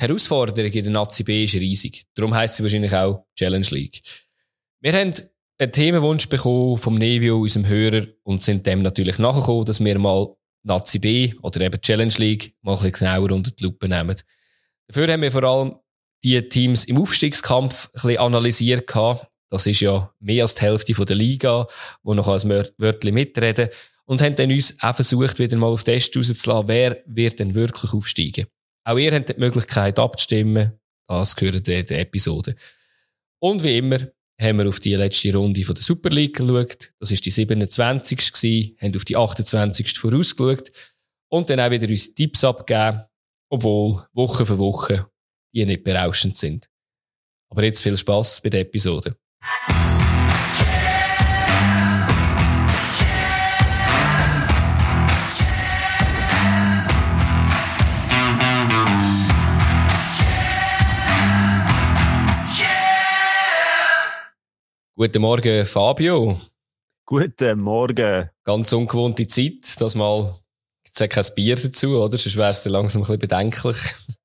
Herausforderung in der Nazi B ist riesig. Darum heisst sie wahrscheinlich auch Challenge League. Wir haben einen Themenwunsch bekommen vom Nevio, unserem Hörer, und sind dem natürlich nachgekommen, dass wir mal Nazi B oder eben Challenge League mal ein bisschen genauer unter die Lupe nehmen. Dafür haben wir vor allem die Teams im Aufstiegskampf ein bisschen analysiert gehabt. Das ist ja mehr als die Hälfte der Liga, die noch als Wörtchen mitreden. Und haben dann uns auch versucht, wieder mal auf Test rauszulassen, wer wird denn wirklich aufsteigen. Auch ihr habt die Möglichkeit abzustimmen. Das gehört in der Episode. Und wie immer haben wir auf die letzte Runde von der Super League geschaut. Das war die 27. gewesen, haben auf die 28. vorausgeschaut und dann auch wieder unsere Tipps abgegeben, obwohl Woche für Woche die nicht berauschend sind. Aber jetzt viel Spass bei der Episode. Guten Morgen, Fabio. Guten Morgen. Ganz ungewohnte Zeit, das mal gibt's ja kein Bier dazu, oder? Sonst wär's dir langsam ein bisschen bedenklich.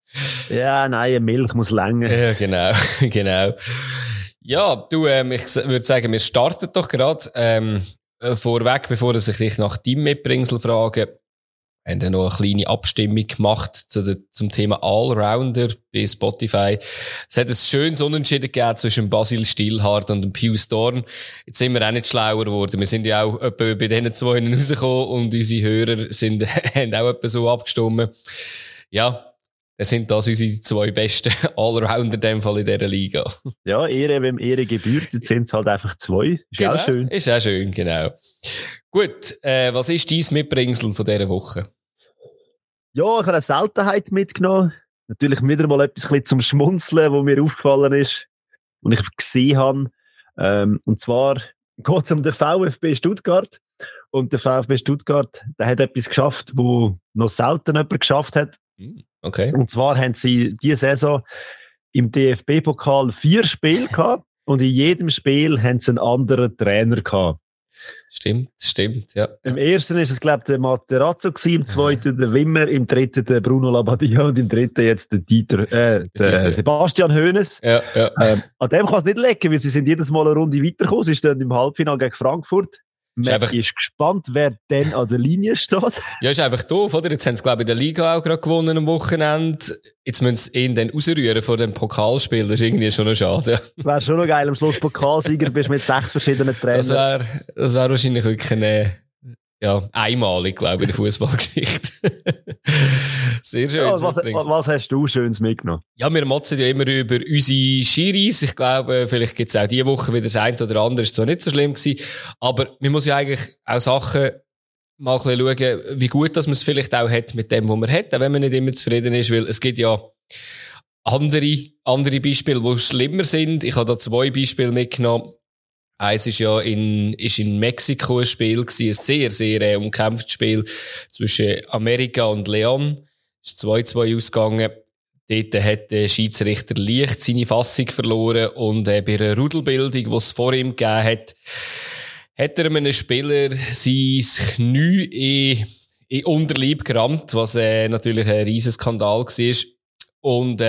Ja, nein, eine Milch muss länger. Ja, genau, genau. Ja, du, ich würde sagen, wir starten doch gerade. Vorweg, bevor ich dich nach deinem Mitbringsel frage, haben wir noch eine kleine Abstimmung gemacht zum Thema Allrounder bei Spotify. Es hat ein schönes Unentschieden gegeben zwischen Basil Stillhardt und Pius Dorn. Jetzt sind wir auch nicht schlauer geworden. Wir sind ja auch etwa bei diesen zwei rausgekommen und unsere Hörer haben auch etwa so abgestimmt. Ja, dann sind das unsere zwei besten Allrounder in dem Fall in dieser Liga. Ja, Ehre, wem Ehre gebührt, jetzt sind es halt einfach zwei. Ist genau, auch schön. Ist auch schön, genau. Gut, was ist dein Mitbringsel von dieser Woche? Ja, ich habe eine Seltenheit mitgenommen. Natürlich wieder mal etwas ein bisschen zum Schmunzeln, was mir aufgefallen ist und ich gesehen habe. Und zwar geht es um den VfB Stuttgart. Und der VfB Stuttgart, der hat etwas geschafft, wo noch selten jemand geschafft hat. Okay. Und zwar haben sie diese Saison im DFB-Pokal 4 Spiele gehabt und in jedem Spiel haben sie einen anderen Trainer gehabt. Stimmt, ja. Im ersten ist es, glaube ich, der Materazzo gewesen, im zweiten der Wimmer, im dritten der Bruno Labbadia und im dritten jetzt der der Sebastian Hoeneß. Ja. An dem kann es nicht lecken, weil sie sind jedes Mal eine Runde weitergekommen. Sie stehen im Halbfinale gegen Frankfurt. Man ist gespannt, wer denn an der Linie steht. Ja, ist einfach doof, oder? Jetzt haben sie, glaube ich, in der Liga auch gerade gewonnen am Wochenende. Jetzt müssen sie ihn dann rausrühren von dem Pokalspiel. Das ist irgendwie schon noch schade. Das wäre schon noch geil. Am Schluss Pokalsieger bist mit 6 verschiedenen Trainern. Das wär wahrscheinlich wirklich einmalig, glaube ich, in der Fußballgeschichte. Sehr schön. Ja, was hast du Schönes mitgenommen? Ja, wir motzen ja immer über unsere Schiris. Ich glaube, vielleicht gibt es auch diese Woche wieder das eine oder andere. Ist zwar nicht so schlimm gewesen, aber man muss ja eigentlich auch Sachen mal ein bisschen schauen, wie gut dass man es vielleicht auch hat mit dem, was man hat, auch wenn man nicht immer zufrieden ist, weil es gibt ja andere Beispiele, die schlimmer sind. Ich habe da 2 Beispiele mitgenommen. Eins ist ja in Mexiko ein Spiel gewesen, ein sehr, sehr umkämpftes Spiel zwischen Amerika und Leon. Es ist 2-2 ausgegangen. Dort hat der Schiedsrichter leicht seine Fassung verloren und bei einer Rudelbildung, die es vor ihm gegeben hat er einem Spieler sein Knie in Unterleib gerammt, was natürlich ein riesen Skandal war. Und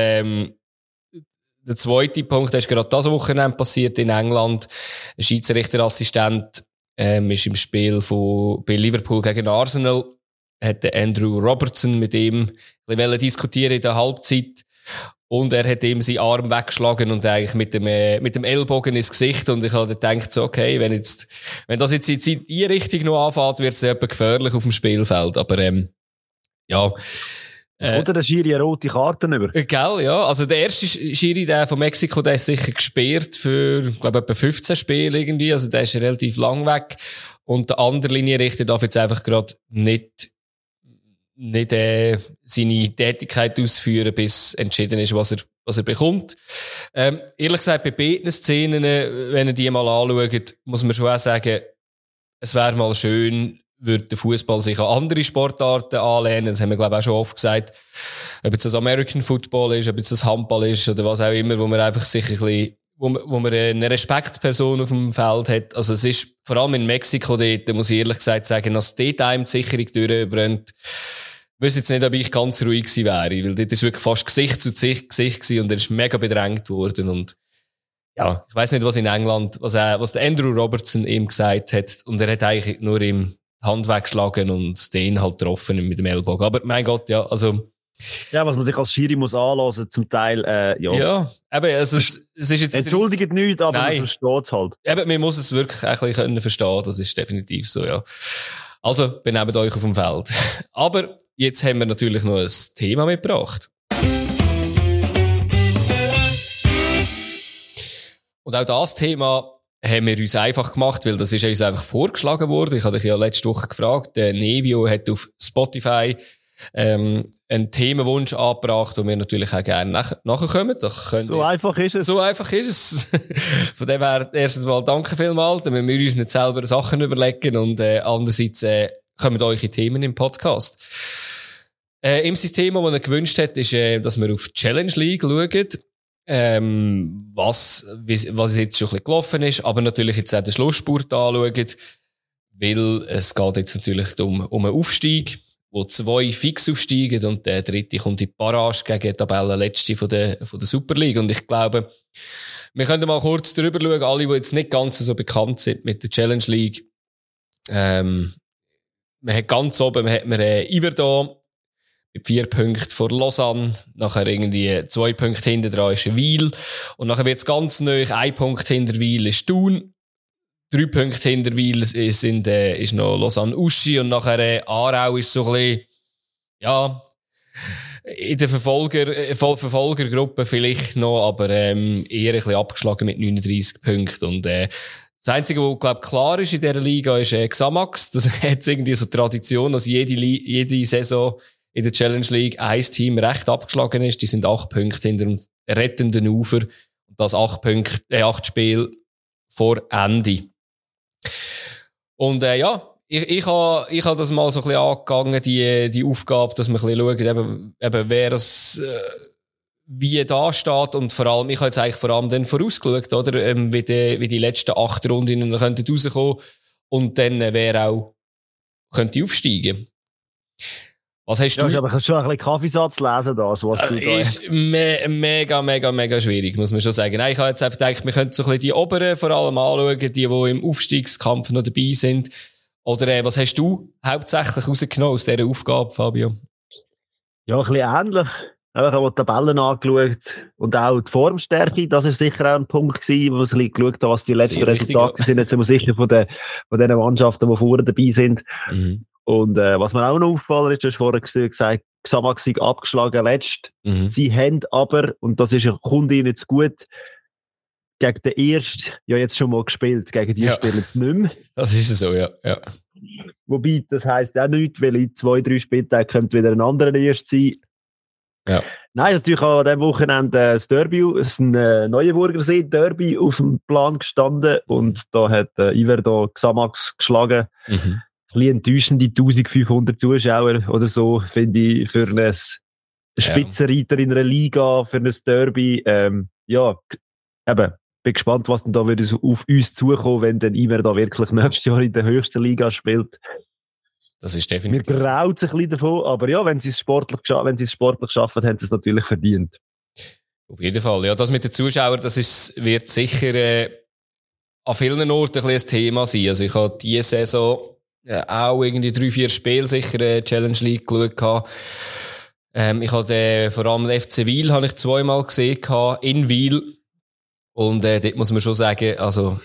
der zweite Punkt, der ist gerade das Wochenende passiert in England. Ein Schiedsrichterassistent ist im Spiel bei Liverpool gegen Arsenal, hat der Andrew Robertson mit ihm ein bisschen diskutieren in der Halbzeit. Und er hat ihm seinen Arm weggeschlagen und eigentlich mit dem Ellbogen ins Gesicht. Und ich habe gedacht, so, okay, wenn das jetzt in die Richtung noch anfängt, wird es etwa gefährlich auf dem Spielfeld. Aber, ja. Oder der Schiri eine rote Karten über? Gell, ja. Also der erste Schiri, der von Mexiko, der ist sicher gesperrt für, ich glaube, etwa 15 Spiele irgendwie. Also der ist relativ lang weg. Und der andere Linienrichter darf jetzt einfach gerade nicht seine Tätigkeit ausführen, bis entschieden ist, was er bekommt. Ehrlich gesagt, bei beiden Szenen, wenn ihr die mal anschaut, muss man schon auch sagen, es wäre mal schön, würde der Fußball sich an andere Sportarten anlehnen. Das haben wir, glaube ich, auch schon oft gesagt. Ob jetzt das American Football ist, ob jetzt das Handball ist oder was auch immer, wo man einfach sich ein bisschen, wo man eine Respektsperson auf dem Feld hat. Also es ist vor allem in Mexiko dort, muss ich ehrlich gesagt sagen, dass dort einem die Sicherung durchbrennt. wüsste jetzt nicht, ob ich ganz ruhig gewesen wäre, weil dort ist wirklich fast Gesicht zu Gesicht gewesen und er ist mega bedrängt worden und ja, ich weiss nicht, was in England, was der Andrew Robertson ihm gesagt hat und er hat eigentlich nur ihm die Hand weggeschlagen und den halt getroffen mit dem Ellbogen. Aber mein Gott, ja, also ja, was man sich als Schiri muss anlassen, zum Teil, ja. Ja, eben, also es ist jetzt... Entschuldigt nichts, aber man versteht es halt. Eben, man muss es wirklich ein bisschen verstehen, das ist definitiv so, ja. Also, benehmt euch auf dem Feld. Aber jetzt haben wir natürlich noch ein Thema mitgebracht. Und auch das Thema haben wir uns einfach gemacht, weil das ist uns einfach vorgeschlagen worden. Ich hatte dich ja letzte Woche gefragt, der Nevio hat auf Spotify einen Themenwunsch angebracht, und wir natürlich auch gerne nachkommen. So einfach ist es. So einfach ist es. Von dem her, erstens mal danke vielmals, damit wir uns nicht selber Sachen überlegen und andererseits kommen eure Themen im Podcast. Im System, das er gewünscht hat, ist, dass wir auf die Challenge League schauen, was jetzt schon ein bisschen gelaufen ist, aber natürlich jetzt auch den Schlussspurt anschauen, weil es geht jetzt natürlich um einen Aufstieg, wo 2 fix aufsteigen und der 3. kommt in die Barrage gegen die Tabellenletzte von der Super League. Und ich glaube, wir können mal kurz drüber schauen, alle, die jetzt nicht ganz so bekannt sind mit der Challenge League. Man hat ganz oben hat man Yverdon mit 4 Punkten vor Lausanne, nachher irgendwie 2 Punkte hinter dran ist Wil und nachher wird's ganz neu, 1 Punkt hinter Wil ist Thun, 3 Punkte hinter Wil ist noch Lausanne-Uschi und nachher Aarau ist so ein bisschen, ja, in der Verfolgergruppe vielleicht noch, aber eher ein bisschen abgeschlagen mit 39 Punkten. Und das Einzige, was, glaube ich, klar ist in dieser Liga, ist Xamax. Das hat irgendwie so Tradition, dass jede Saison in der Challenge League ein Team recht abgeschlagen ist. Die sind 8 Punkte hinter dem rettenden Ufer und das 8 Spiele vor Ende. Und ja, ich habe das mal so ein bisschen angegangen, die Aufgabe, dass wir ein bisschen schauen, eben wer es wie da steht, und vor allem, ich habe jetzt eigentlich vor allem dann vorausgeschaut, oder, wie die letzten 8 Runden könnten rauskommen und dann wer auch könnte aufsteigen. Was hast du? Ja, ist aber schon ein bisschen Kaffeesatz lesen da, so was du da. Ist mega schwierig, muss man schon sagen. Nein, ich habe jetzt einfach gedacht, wir könnten so ein bisschen die Oberen vor allem anschauen, die im Aufstiegskampf noch dabei sind. Oder was hast du hauptsächlich rausgenommen aus dieser Aufgabe, Fabio? Ja, ein bisschen ähnlich. Ich habe die Tabellen angeschaut und auch die Formstärke, das ist sicher auch ein Punkt gewesen, wo wir ein bisschen geschaut haben, was die letzten Resultate sind. Jetzt sind wir sicher von den Mannschaften, die vorne dabei sind. Mhm. Und was mir auch noch aufgefallen ist, du hast vorher gesagt, Xamax sei abgeschlagen letzt. Mhm. Sie haben aber, und das kommt ihnen jetzt gut, gegen den Ersten ja jetzt schon mal gespielt, gegen die spielen sie nicht mehr. Das ist so, ja. Wobei, das heisst auch nichts, weil in 2-3 Spieltagen könnte wieder ein anderer Erst sein. Ja. Nein, natürlich auch an diesem Wochenende das Derby, ein Neuenburger See-Derby auf dem Plan gestanden und da hat Yverdon Xamax geschlagen. Mhm. Ein bisschen enttäuschende 1500 Zuschauer oder so, finde ich, für einen Spitzenreiter in einer Liga, für ein Derby. Ja, eben, bin gespannt, was denn da wieder auf uns zukommt, wenn dann Yverdon wirklich nächstes Jahr in der höchsten Liga spielt. Das ist definitiv. Mir graut sich ein bisschen davon, aber ja, wenn sie es sportlich schaffen, haben sie es natürlich verdient. Auf jeden Fall. Ja, das mit den Zuschauern, wird sicher an vielen Orten ein Thema sein. Also ich habe diese Saison auch irgendwie 3-4 Spiele sicher Challenge League geschaut. Ich habe vor allem den FC Wil habe ich 2-mal gesehen in Wil. Und dort muss man schon sagen, also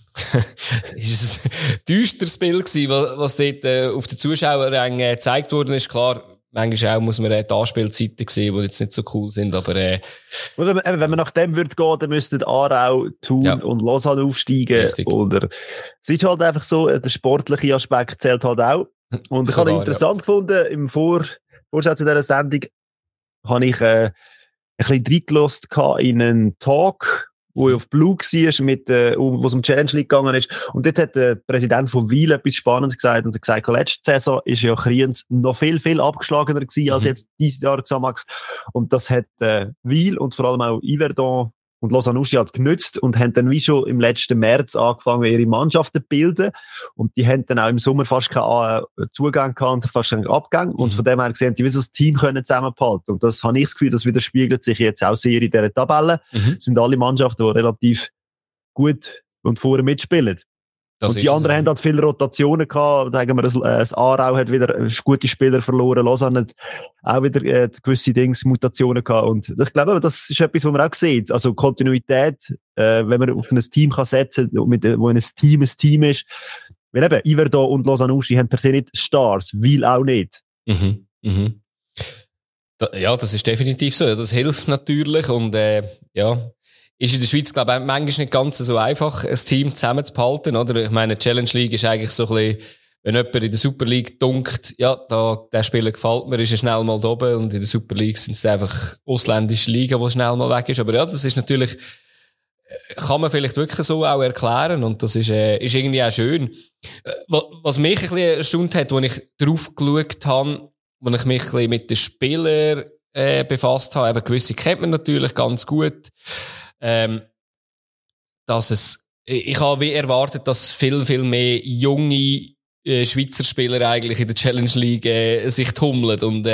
ist ein düsteres Bild gewesen, was dort auf den Zuschauerrängen gezeigt worden ist. Klar, manchmal auch muss man die Anspielzeiten sehen, die jetzt nicht so cool sind, aber wenn man nach dem würde gehen, dann müssten Aarau, Thun und Lausanne aufsteigen. Richtig. Oder es ist halt einfach so, der sportliche Aspekt zählt halt auch. Und ich habe interessant gefunden, im Vorschau zu dieser Sendung habe ich ein bisschen reingelassen in einen Talk, wo ich auf Blue war, wo es um Challenge League gegangen ist. Und dort hat der Präsident von Wil etwas Spannendes gesagt. Und er hat gesagt, letzte Saison ist ja Kriens noch viel abgeschlagener gewesen als jetzt dieses Jahr Xamax. Und das hat Wil und vor allem auch Yverdon und Lausanne Uschi hat genützt und haben dann wie schon im letzten März angefangen, ihre Mannschaften zu bilden. Und die haben dann auch im Sommer fast keinen Zugang gehabt und fast keinen Abgang. Und von dem her gesehen, die wie so das Team können zusammenhalten. Und das habe ich das Gefühl, das widerspiegelt sich jetzt auch sehr in dieser Tabelle. Es sind alle Mannschaften, die relativ gut und vorne mitspielen. Und die anderen haben halt viele Rotationen gehabt. Sagen wir, das Aarau hat wieder gute Spieler verloren. Lausanne hat auch wieder gewisse Mutationen gehabt. Und ich glaube, das ist etwas, was man auch sieht. Also Kontinuität, wenn man auf ein Team kann setzen kann, wo ein Team ist. Weil eben, Iverdon und Lausanne Uschi haben per se nicht Stars, weil auch nicht. Ja, das ist definitiv so. Das hilft natürlich und ja. Ist in der Schweiz, glaube ich, manchmal nicht ganz so einfach, ein Team zusammenzuhalten, oder? Ich meine, Challenge League ist eigentlich so ein bisschen, wenn jemand in der Super League dunkt, ja, der Spieler gefällt mir, ist er schnell mal da oben, und in der Super League sind es einfach ausländische Ligen, wo schnell mal weg ist. Aber ja, das ist natürlich, kann man vielleicht wirklich so auch erklären, und das ist irgendwie auch schön. Was mich ein bisschen erstaunt hat, als ich drauf geschaut habe, als ich mich ein bisschen mit den Spielern befasst habe, eben gewisse kennt man natürlich ganz gut, ich habe wie erwartet, dass viel mehr junge Schweizer Spieler eigentlich in der Challenge League sich tummeln, und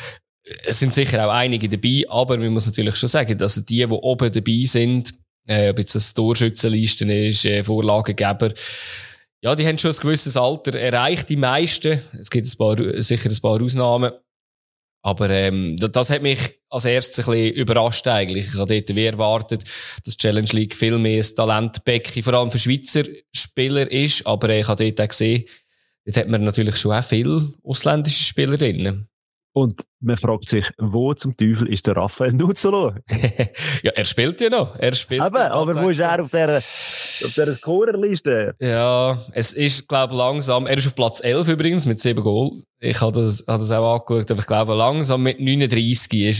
es sind sicher auch einige dabei, aber man muss natürlich schon sagen, dass die oben dabei sind, ob jetzt das Torschützenlisten ist, Vorlagengeber, ja, die haben schon ein gewisses Alter erreicht, die meisten. Es gibt sicher ein paar Ausnahmen. Aber das hat mich als erstes ein bisschen überrascht eigentlich. Ich habe dort wie erwartet, dass Challenge League viel mehr ein Talentbecken, vor allem für Schweizer Spieler ist. Aber ich habe dort auch gesehen, dort hat man natürlich schon auch viele ausländische Spieler drin. Und man fragt sich, wo zum Teufel ist der Raphael Nuzzolo? Ja, er spielt ja noch. Aber wo ist er auf dieser Scorerliste? Ja, es ist, glaube ich, langsam. Er ist auf Platz 11 übrigens mit 7 Goal. Ich habe das auch angeschaut, aber ich glaube, langsam mit 39 ist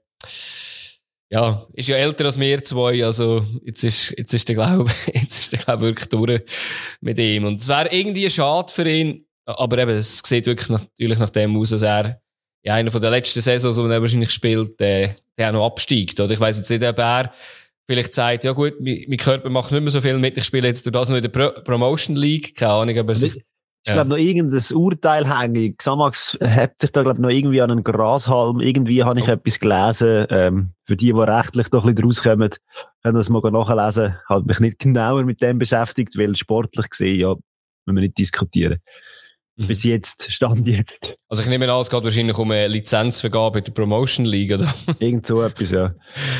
ist ja älter als wir zwei. Also, jetzt ist der glaube wirklich durch mit ihm. Und es wäre irgendwie schade für ihn. Aber eben, es sieht wirklich natürlich nach dem aus, dass er ja, einer von der letzten Saisons, wo er wahrscheinlich spielt, der auch noch absteigt. Oder ich weiss jetzt nicht, ob er vielleicht sagt, ja gut, mein Körper macht nicht mehr so viel mit, ich spiele jetzt durch das noch in der Promotion League. Keine Ahnung, aber ich glaube, noch irgendein Urteil hängen. Xamax hat sich da, glaube ich, noch irgendwie an einen Grashalm. Irgendwie habe ich etwas gelesen. Für die rechtlich doch ein bisschen rauskommen, können das mal nachlesen. Habe mich nicht genauer mit dem beschäftigt, weil sportlich gesehen, ja, müssen wir nicht diskutieren. Bis jetzt, Stand jetzt. Also ich nehme an, es geht wahrscheinlich um eine Lizenzvergabe in der Promotion League, oder? Irgend so etwas, ja.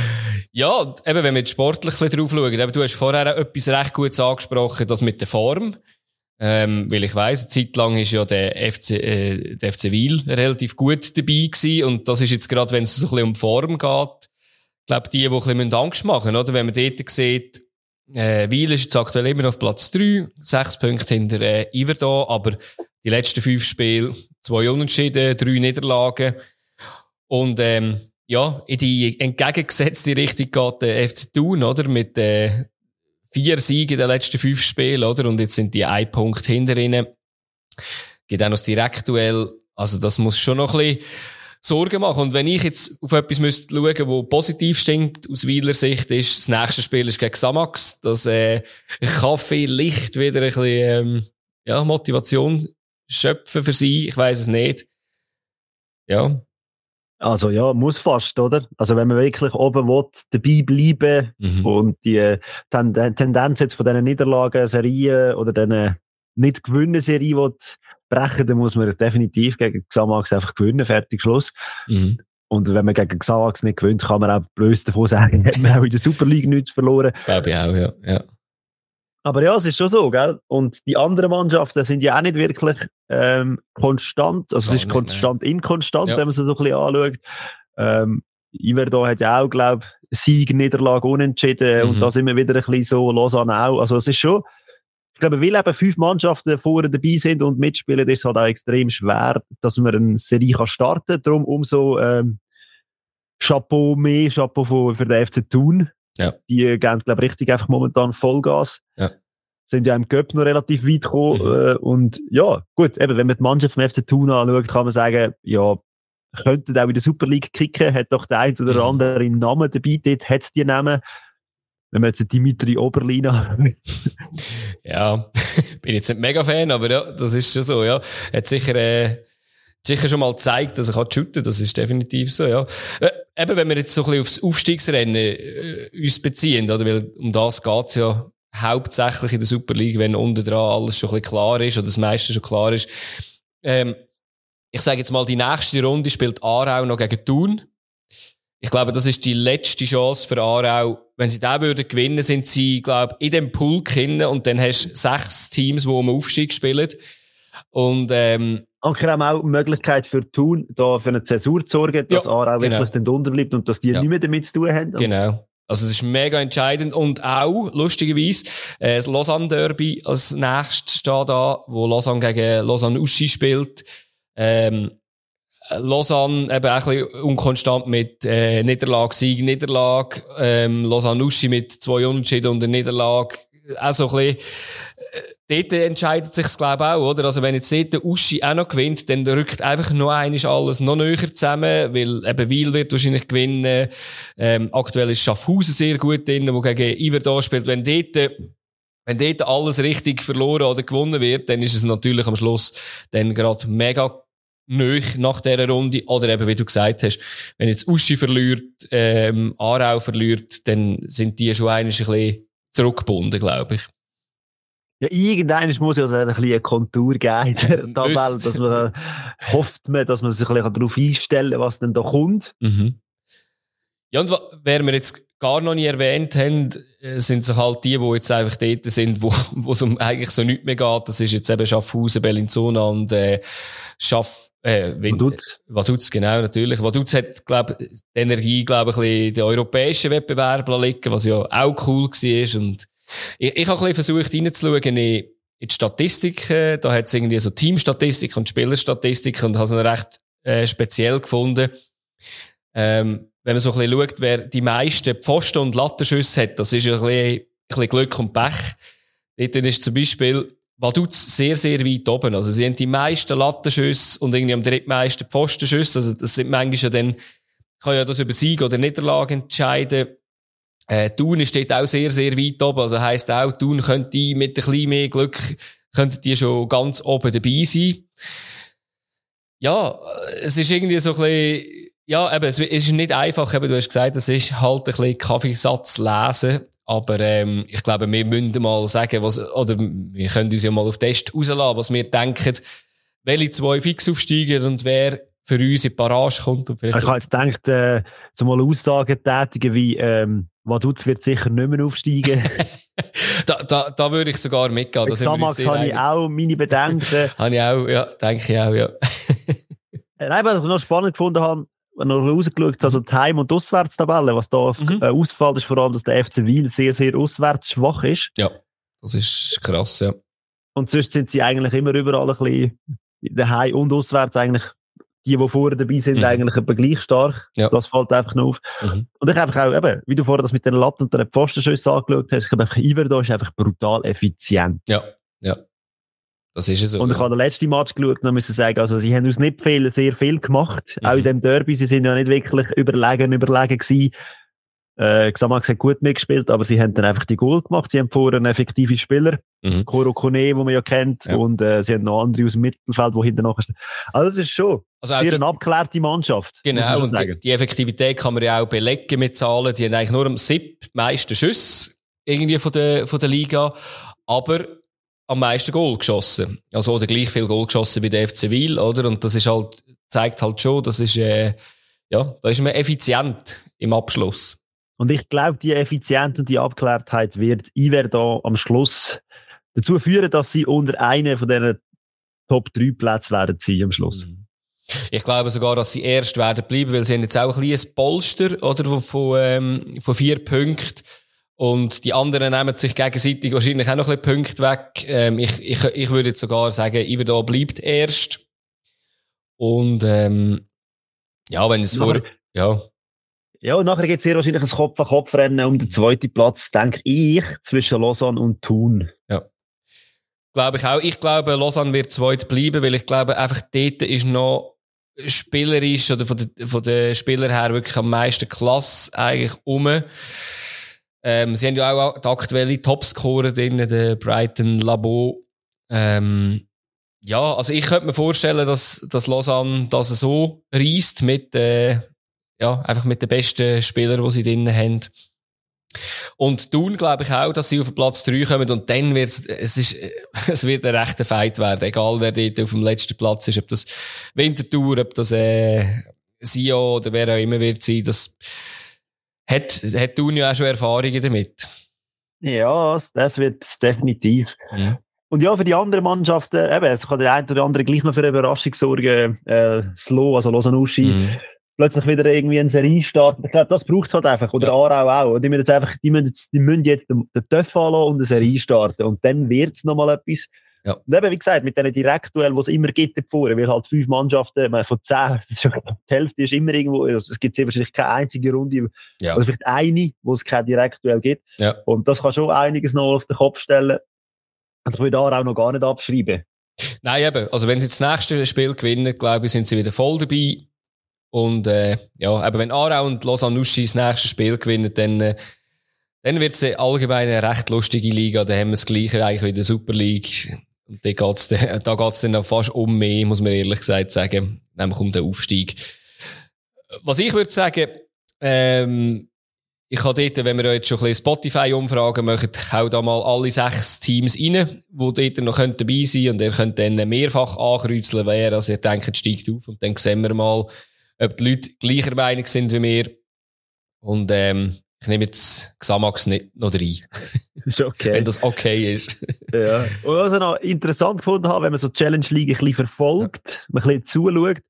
Ja, eben, wenn wir jetzt sportlich drauf schauen, eben, du hast vorher auch etwas recht Gutes angesprochen, das mit der Form. Weil ich weiss, eine Zeit lang ist ja der FC Wil relativ gut dabei gewesen, und das ist jetzt gerade, wenn es so ein bisschen um Form geht, ich glaube, die ein bisschen Angst machen, oder? Wenn man dort sieht, Wil ist jetzt aktuell immer noch auf Platz 3, 6 Punkte hinter Iverdon, aber die letzten 5 Spiele, 2 Unentschieden, 3 Niederlagen. Und ja, in die entgegengesetzte Richtung geht der FC Thun, oder? Mit 4 Siegen in den letzten 5 Spielen, oder? Und jetzt sind die 1 Punkt hinter ihnen. Geht auch noch das Direktduell. Also das muss schon noch ein bisschen Sorgen machen. Und wenn ich jetzt auf etwas müsste schauen, wo positiv stimmt, aus Wiler Sicht, ist, das nächste Spiel ist gegen Xamax. Das kann vielleicht wieder ein bisschen Motivation schöpfen für sie. Ich weiss es nicht. Ja. Also ja, muss fast, oder? Also wenn man wirklich oben will, dabei bleiben und die Tendenz jetzt von diesen Niederlagen-Serien oder diesen Nicht-Gewinnen-Serien will brechen, dann muss man definitiv gegen Xamax einfach gewinnen, fertig, Schluss. Und wenn man gegen Xamax nicht gewinnt, kann man auch böse davon sagen, hat man auch in der Super League nichts verloren. Glaube ich auch, ja. Aber ja, es ist schon so, gell? Und die anderen Mannschaften sind ja auch nicht wirklich konstant. Also es ist konstant, inkonstant, wenn man es so ein bisschen anschaut. Iverdon hat ja auch, glaube ich, Sieg, Niederlage, Unentschieden. Und da sind wir wieder ein bisschen so, Lausanne auch. Also es ist schon, ich glaube, weil eben 5 Mannschaften vorne dabei sind und mitspielen, ist es halt auch extrem schwer, dass man eine Serie starten kann. Darum umso Chapeau für den FC Thun. Ja. Die geben, glaube ich, richtig einfach momentan Vollgas. Ja. Sind ja im Cup noch relativ weit gekommen. Und ja, gut, eben, wenn man die Mannschaft vom FC Thun anschaut, kann man sagen, ja, könnten auch in der Super League kicken, hat doch der ein oder andere Namen dabei, dort hat es die Namen. wenn man jetzt Dimitri Oberlin hat. Ja, bin jetzt nicht mega Fan, aber ja, das ist schon so, ja. Hat sicher schon mal gezeigt, dass er shooten kann. Das ist definitiv so, ja. Eben, wenn wir jetzt so ein bisschen aufs Aufstiegsrennen uns beziehen, oder? Weil um das geht's ja hauptsächlich in der Super League, wenn unten dran alles schon ein bisschen klar ist oder das meiste schon klar ist. Ich sage jetzt mal, die nächste Runde spielt Aarau noch gegen Thun. Ich glaube, das ist die letzte Chance für Aarau. Wenn sie den würden gewinnen, sind sie, glaube ich, in dem Pool drin und dann hast du 6 Teams, die um Aufstieg spielen. Und, Anker haben auch die Möglichkeit für Thun, da für eine Zäsur zu sorgen, dass Aarau wirklich dann drunter bleibt und dass die nicht mehr damit zu tun haben. Genau. Also es ist mega entscheidend und auch, lustigerweise, das Lausanne-Derby als nächstes steht da, wo Lausanne gegen Lausanne-Uschi spielt. Lausanne eben auch ein bisschen unkonstant mit Niederlage, Sieg, Niederlage. Lausanne-Uschi mit 2 Unentschieden und einer Niederlage. Auch so ein bisschen, dort entscheidet sich's, glaube ich, auch, oder? Also wenn jetzt dort der Uschi auch noch gewinnt, dann rückt einfach noch einmal alles noch näher zusammen, weil eben Wil wird wahrscheinlich gewinnen. Aktuell ist Schaffhausen sehr gut drin, wo gegen Iverdon spielt. Wenn dort alles richtig verloren oder gewonnen wird, dann ist es natürlich am Schluss dann gerade mega nöch nach dieser Runde. Oder eben, wie du gesagt hast, wenn jetzt Uschi verliert, Aarau verliert, dann sind die schon ein bisschen zurückgebunden, glaube ich. Ja, irgendwann muss ja so ein bisschen eine Kontur geben in der Tabelle, dass man hofft, dass man sich ein bisschen darauf einstellen kann, was denn da kommt. Mhm. Ja, und wer wir jetzt gar noch nie erwähnt haben, sind sich halt die jetzt einfach dort sind, wo es um eigentlich so nichts mehr geht. Das ist jetzt eben Schaffhausen, Bellinzona und Vaduz, genau, natürlich. Vaduz hat, glaube ich, die Energie, glaube ich, ein bisschen den europäischen Wettbewerb liegen, was ja auch cool war. Und ich habe ein bisschen versucht reinzuschauen in die Statistiken. Da hat es irgendwie so Teamstatistik und Spielerstatistik und habe es recht speziell gefunden. Wenn man so ein bisschen schaut, wer die meisten Pfosten- und Lattenschüsse hat, das ist ja ein bisschen Glück und Pech. Dort ist zum Beispiel Vaduz sehr, sehr weit oben. Also sie haben die meisten Lattenschüsse und irgendwie am drittmeisten Pfostenschüsse. Also das sind manchmal ja dann, kann ja das über Sieg oder Niederlage entscheiden. Thun ist dort auch sehr, sehr weit oben. Also heisst auch, Thun könnte mit ein bisschen mehr Glück, könnten die schon ganz oben dabei sein. Ja, es ist irgendwie so ein bisschen, ja, eben, es ist nicht einfach, eben, du hast gesagt, es ist halt ein bisschen Kaffeesatz lesen, aber ich glaube, wir müssen mal sagen, oder wir können uns ja mal auf Test rauslassen, was wir denken, welche 2 Fixaufsteiger und wer für uns in die Parage kommt. Und ich habe jetzt gedacht, so mal Aussagen tätigen wie Vaduz wird sicher nicht mehr aufsteigen. da würde ich sogar mitgehen. Mit Samax habe ich auch meine Bedenken. Habe ich auch, ja, denke ich auch, ja. Nein, was ich noch spannend gefunden habe, wenn ich rausgeschaut habe, also die Heim- und Auswärtstabelle, was da ausgefallen ist, vor allem, dass der FC Wil sehr, sehr auswärts schwach ist. Ja, das ist krass, ja. Und sonst sind sie eigentlich immer überall ein bisschen, daheim und auswärts eigentlich, die vorher dabei sind, eigentlich etwa gleich stark. Ja. Das fällt einfach noch auf. Und ich habe einfach auch, eben, wie du vorher das mit den Latten und den Pfostenschüssen angeschaut hast, ich glaube einfach, Iverdon ist einfach brutal effizient. Ja, ja. Das ist es so. Und ich habe den letzten Match geschaut und müssen sagen, also, sie haben uns nicht sehr viel gemacht. Auch in dem Derby, sie sind ja nicht wirklich überlegen gewesen. Xamax hat gut mitgespielt, aber sie haben dann einfach die Goal gemacht. Sie haben vorher einen effektiven Spieler, Koro Kone, den man ja kennt, und sie haben noch andere aus dem Mittelfeld, die hinten nachher stehen. Also das ist schon sehr eine abgeklärte Mannschaft. Genau, und die Effektivität kann man ja auch belegen mit Zahlen. Die haben eigentlich nur am 7. meisten Schüsse irgendwie von der Liga, aber am meisten Goal geschossen. Also, oder gleich viel Goal geschossen wie der FC Wil, oder? Und das ist halt, zeigt halt schon, das ist, da ist man effizient im Abschluss. Und ich glaube, die Effizienz und die Abgeklärtheit wird Iverdon am Schluss dazu führen, dass sie unter einer von diesen Top 3 Plätzen werden sein am Schluss. Ich glaube sogar, dass sie erst werden bleiben, weil sie haben jetzt auch ein kleines Polster, oder, von 4 Punkten. Und die anderen nehmen sich gegenseitig wahrscheinlich auch noch ein bisschen Punkte weg. Ich würde jetzt sogar sagen, Iverdon bleibt erst. Und, wenn es Ja, und nachher gibt es sehr wahrscheinlich ein Kopf-an-Kopf-Rennen um den 2. Platz, denke ich, zwischen Lausanne und Thun. Ja. Glaube ich auch. Ich glaube, Lausanne wird 2. bleiben, weil ich glaube, einfach dort ist noch spielerisch oder von den Spielern her wirklich am meisten Klasse eigentlich rum. Sie haben ja auch den aktuellen Topscorer drin, den Brighton Labo. Ja, also ich könnte mir vorstellen, dass Lausanne das so reisst mit, einfach mit den besten Spielern, die sie drin haben. Und Thun glaube ich auch, dass sie auf den Platz 3 kommen und dann es wird ein rechter Fight werden, egal wer dort auf dem letzten Platz ist, ob das Winterthur, ob das, Sio oder wer auch immer wird sein, das hat Thun ja auch schon Erfahrungen damit. Ja, das wird es definitiv. Mhm. Und ja, für die anderen Mannschaften, es kann der eine oder andere gleich noch für eine Überraschung sorgen. Slo, also Lausanne-Uschi, plötzlich wieder irgendwie eine Serie starten. Ich glaube, das braucht es halt einfach. Oder Aarau auch. Die müssen jetzt den Töff anlassen und eine Serie starten. Und dann wird es nochmal etwas. Ja. Und eben, wie gesagt, mit diesen Direktduellen, die es immer gibt davor, weil halt 5 Mannschaften, von 10, das ist schon, die Hälfte ist immer irgendwo, also es gibt sehr wahrscheinlich keine einzige Runde, oder vielleicht eine, wo es kein Direktduell gibt. Ja. Und das kann schon einiges noch auf den Kopf stellen. Also ich will da auch noch gar nicht abschreiben. Nein, eben. Also wenn sie das nächste Spiel gewinnen, glaube ich, sind sie wieder voll dabei. Und eben wenn Aarau und Lausanne-Uschi das nächste Spiel gewinnen, dann wird es allgemein eine recht lustige Liga. Dann haben wir das Gleiche eigentlich wie in der Super League. Und da geht's dann auch fast um mehr, muss man ehrlich gesagt sagen. Nämlich um den Aufstieg. Was ich würde sagen, ich habe dort, wenn wir jetzt schon ein bisschen Spotify-Umfragen machen, hau da mal alle 6 Teams rein, die dort noch dabei sein können. Und ihr könnt dann mehrfach ankreuzeln, wer also ihr denkt, steigt auf. Und dann sehen wir mal, ob die Leute gleicher Meinung sind wie wir. Und ich nehme jetzt Xamax nicht noch rein. Ist okay. Wenn das okay ist. Ja. Und was ich noch interessant gefunden habe, wenn man so die Challenge League ein bisschen verfolgt, man ein bisschen zuschaut,